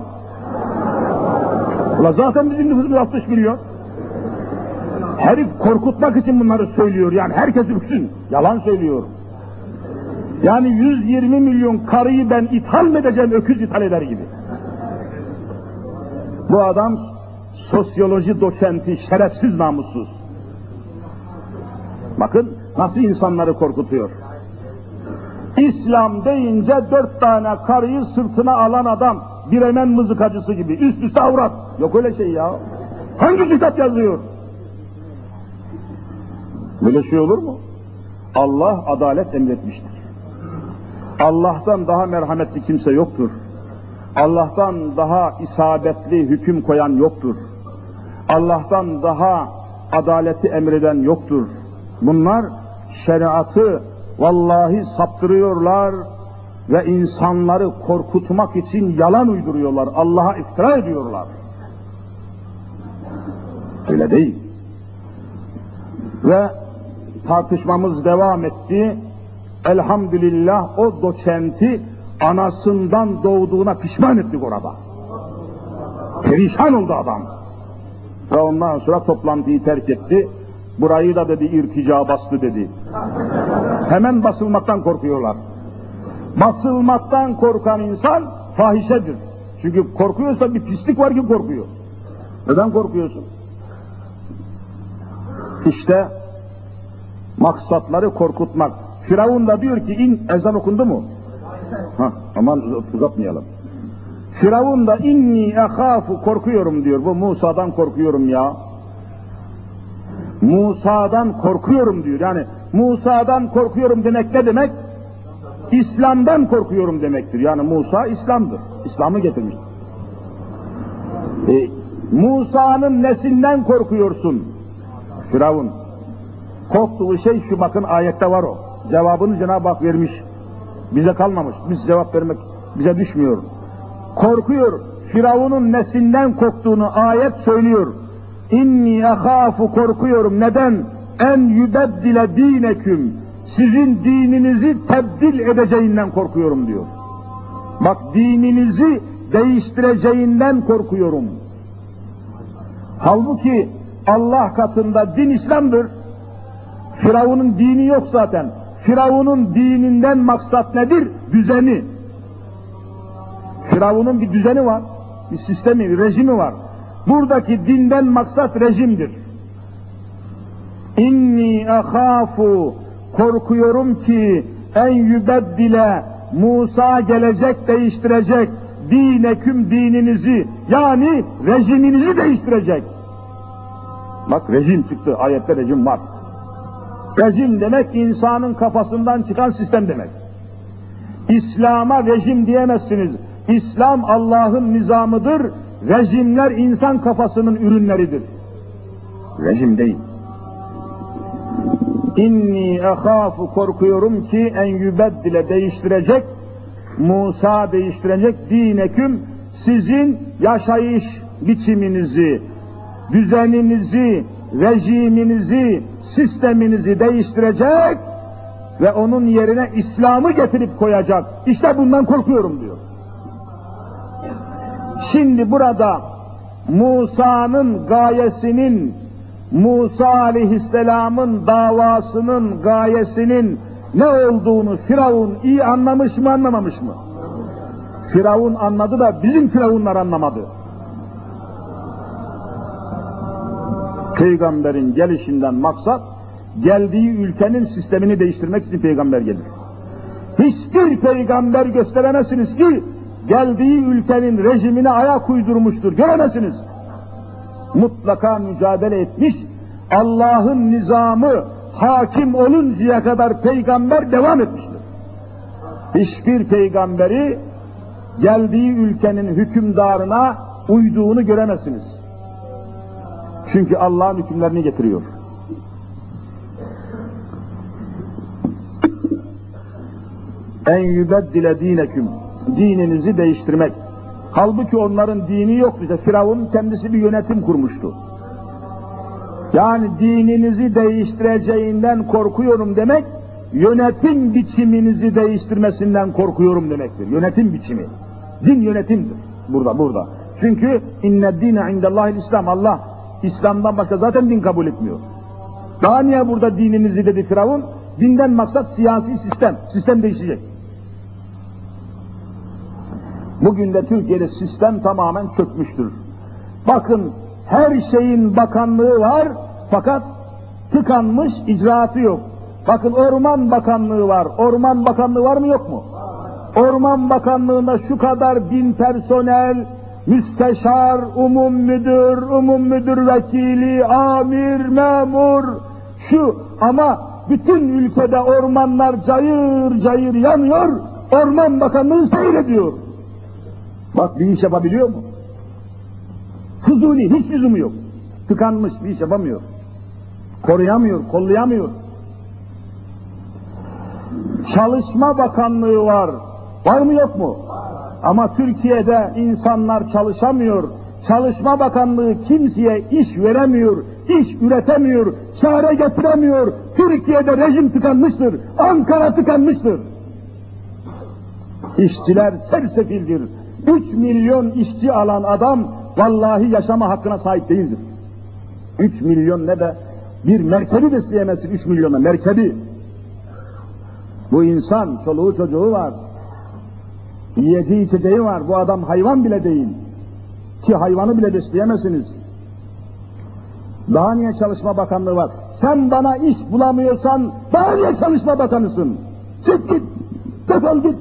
Ulan zaten bizim nüfusumuz altmış milyon. Herif korkutmak için bunları söylüyor, yani herkes ürksün. Yalan söylüyor. Yani yüz yirmi milyon karıyı ben ithal mi edeceğim, öküz ithal eder gibi. Bu adam sosyoloji doçenti, şerefsiz, namussuz. Bakın nasıl insanları korkutuyor. İslam deyince dört tane karıyı sırtına alan adam, bir Bremen mızıkacısı gibi, üst üste avrat. Yok öyle şey ya. Hangi kitap yazıyor? Böyle şey olur mu? Allah adalet emretmiştir. Allah'tan daha merhametli kimse yoktur. Allah'tan daha isabetli hüküm koyan yoktur. Allah'tan daha adaleti emreden yoktur. Bunlar şeriatı vallahi saptırıyorlar, ve insanları korkutmak için yalan uyduruyorlar, Allah'a iftira ediyorlar. Öyle değil. Ve tartışmamız devam etti. Elhamdülillah o doçenti anasından doğduğuna pişman ettik orada. Perişan oldu adam. Ve ondan sonra toplantıyı terk etti. Burayı da dedi irtica bastı dedi. Hemen basılmaktan korkuyorlar. Basılmaktan korkan insan fahişedir. Çünkü korkuyorsa bir pislik var ki korkuyor. Neden korkuyorsun? İşte maksatları korkutmak. Firavun da diyor ki in, ezan okundu mu? Hah, aman uzatmayalım. Firavun da inni ehâfu korkuyorum diyor. Bu Musa'dan korkuyorum ya. Musa'dan korkuyorum diyor. Yani Musa'dan korkuyorum demek ne demek? İslam'dan korkuyorum demektir. Yani Musa İslam'dır. İslam'ı getirmiş. E, Musa'nın nesinden korkuyorsun? Firavun. Korktuğu şey şu, bakın ayette var o. Cevabını Cenab-ı Hak vermiş. Bize kalmamış. Biz cevap vermek bize düşmüyor. Korkuyor. Firavun'un nesinden korktuğunu ayet söylüyor. İnni ehâfu korkuyorum. Neden? En yübeddile dineküm. Sizin dininizi tebdil edeceğinden korkuyorum diyor. Bak, dininizi değiştireceğinden korkuyorum. Halbuki Allah katında din İslam'dır. Firavun'un dini yok zaten. Firavun'un dininden maksat nedir? Düzeni. Firavun'un bir düzeni var, bir sistemi, bir rejimi var. Buradaki dinden maksat rejimdir. İnni ehâfu korkuyorum ki en yübeddile Musa gelecek değiştirecek dineküm dininizi, yani rejiminizi değiştirecek. Bak, rejim çıktı, ayette rejim var. Rejim demek insanın kafasından çıkan sistem demek. İslam'a rejim diyemezsiniz. İslam Allah'ın nizamıdır. Rejimler insan kafasının ürünleridir. Rejim değil. İnni ehâfu korkuyorum ki en yübeddile değiştirecek, Musa değiştirecek dineküm, sizin yaşayış biçiminizi, düzeninizi, rejiminizi, sisteminizi değiştirecek ve onun yerine İslam'ı getirip koyacak. İşte bundan korkuyorum diyor. Şimdi burada Musa'nın gayesinin, Musa aleyhisselamın davasının gayesinin ne olduğunu Firavun iyi anlamış mı, anlamamış mı? Firavun anladı da bizim Firavunlar anlamadı. Peygamberin gelişinden maksat, geldiği ülkenin sistemini değiştirmek için peygamber gelir. Hiçbir peygamber gösteremezsiniz ki geldiği ülkenin rejimine ayak uydurmuştur, göremezsiniz. Mutlaka mücadele etmiş, Allah'ın nizamı hakim oluncaya kadar peygamber devam etmiştir. Hiçbir peygamberi geldiği ülkenin hükümdarına uyduğunu göremezsiniz. Çünkü Allah'ın hükümlerini getiriyor. En yübeddile dineküm, dininizi değiştirmek. Halbuki onların dini yoktu. İşte Firavun kendisi bir yönetim kurmuştu. Yani dininizi değiştireceğinden korkuyorum demek, yönetim biçiminizi değiştirmesinden korkuyorum demektir. Yönetim biçimi. Din yönetimdir. Burada, burada. Çünkü inne dine indellahil İslam. Allah İslam'dan başka zaten din kabul etmiyor. Daha niye burada dininizi dedi Firavun? Dinden maksat siyasi sistem. Sistem değişecek. Bugün de Türkiye'de sistem tamamen çökmüştür. Bakın, her şeyin bakanlığı var fakat tıkanmış, icraatı yok. Bakın, Orman Bakanlığı var. Orman Bakanlığı var mı, yok mu? Orman Bakanlığı'nda şu kadar bin personel, müsteşar, umum müdür, umum müdür vekili, amir, memur, şu, ama bütün ülkede ormanlar cayır cayır yanıyor, Orman Bakanlığı seyrediyor. Bak, bir iş yapabiliyor mu? Fuzuli, hiç lüzumu yok. Tıkanmış, bir iş yapamıyor. Koruyamıyor, kollayamıyor. Çalışma Bakanlığı var. Var mı yok mu? Ama Türkiye'de insanlar çalışamıyor. Çalışma Bakanlığı kimseye iş veremiyor, iş üretemiyor, çare getiremiyor. Türkiye'de rejim tıkanmıştır, Ankara tıkanmıştır. İşçiler sersefildir. Üç milyon işçi alan adam vallahi yaşama hakkına sahip değildir. Üç milyon ne de bir merkebi besleyemezsin üç milyona, merkebi. Bu insan, çoluğu çocuğu var, yiyeceği içeceği var, bu adam hayvan bile değil. Ki hayvanı bile besleyemezsiniz. Daha niye Çalışma Bakanlığı var? Sen bana iş bulamıyorsan daha niye Çalışma Bakanısın? Çık git, defol git.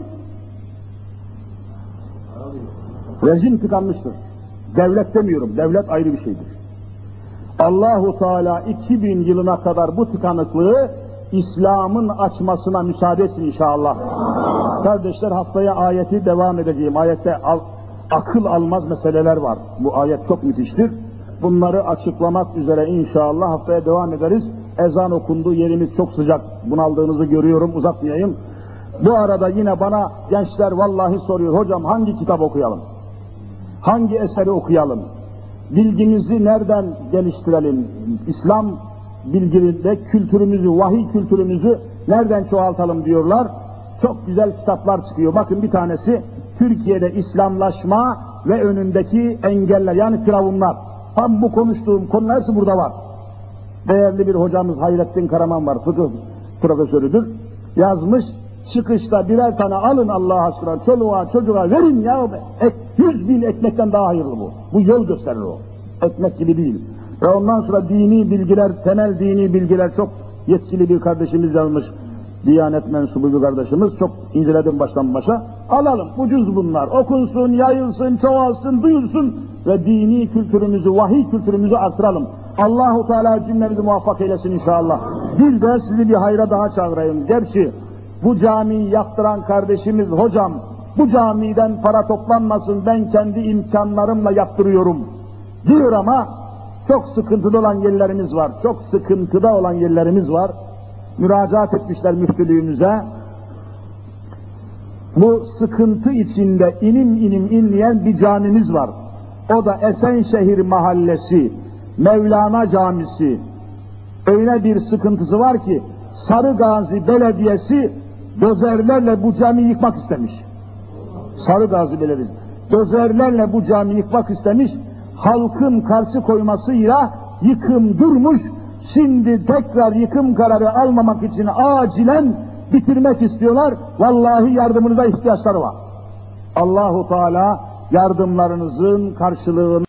Rejim tıkanmıştır. Devlet demiyorum, devlet ayrı bir şeydir. Allahu Teala iki bin yılına kadar bu tıkanıklığı İslam'ın açmasına müsaade etsin inşallah. Kardeşler, haftaya ayeti devam edeceğim. Ayette al, akıl almaz meseleler var. Bu ayet çok müthiştir. Bunları açıklamak üzere inşallah haftaya devam ederiz. Ezan okundu, yerimiz çok sıcak. Bunaldığınızı görüyorum, uzatmayayım. Bu arada yine bana gençler vallahi soruyor, hocam hangi kitap okuyalım? Hangi eseri okuyalım? Bilgimizi nereden geliştirelim? İslam bilgide kültürümüzü, vahiy kültürümüzü nereden çoğaltalım diyorlar. Çok güzel kitaplar çıkıyor. Bakın bir tanesi Türkiye'de İslamlaşma ve önündeki engeller, yani firavunlar. Tam bu konuştuğum konular hepsi burada var. Değerli bir hocamız Hayrettin Karaman var, fıkıh profesörüdür. Yazmış, çıkışta birer tane alın Allah aşkına, çoluğa çocuğa verin ya, ek, yüz bin ekmekten daha hayırlı bu. Bu yol gösterir o. Ekmek gibi değil. Ve ondan sonra dini bilgiler, temel dini bilgiler, çok yetkili bir kardeşimiz yazmış. Diyanet mensubu bir kardeşimiz, çok inceledim baştan başa. Alalım, ucuz bunlar. Okunsun, yayılsın, çoğalsın, duyulsun ve dini kültürümüzü, vahiy kültürümüzü artıralım. Allahu Teala cümlemizi muvaffak eylesin inşallah. Bir de sizi bir hayra daha çağırayım. Gerçi bu camiyi yaptıran kardeşimiz, hocam bu camiden para toplanmasın, ben kendi imkanlarımla yaptırıyorum diyor ama çok sıkıntıda olan yerlerimiz var. Çok sıkıntıda olan yerlerimiz var. Müracaat etmişler müftülüğümüze. Bu sıkıntı içinde inim inim inleyen bir camimiz var. O da Esenşehir Mahallesi, Mevlana Camisi. Öyle bir sıkıntısı var ki Sarıgazi Belediyesi dozerlerle bu camiyi yıkmak istemiş. Sarıgazi Belediyesi dozerlerle bu camiyi yıkmak istemiş. Halkın karşı koymasıyla yıkım durmuş. Şimdi tekrar yıkım kararı almamak için acilen bitirmek istiyorlar. Vallahi yardımınıza ihtiyaçları var. Allahu Teala yardımlarınızın karşılığını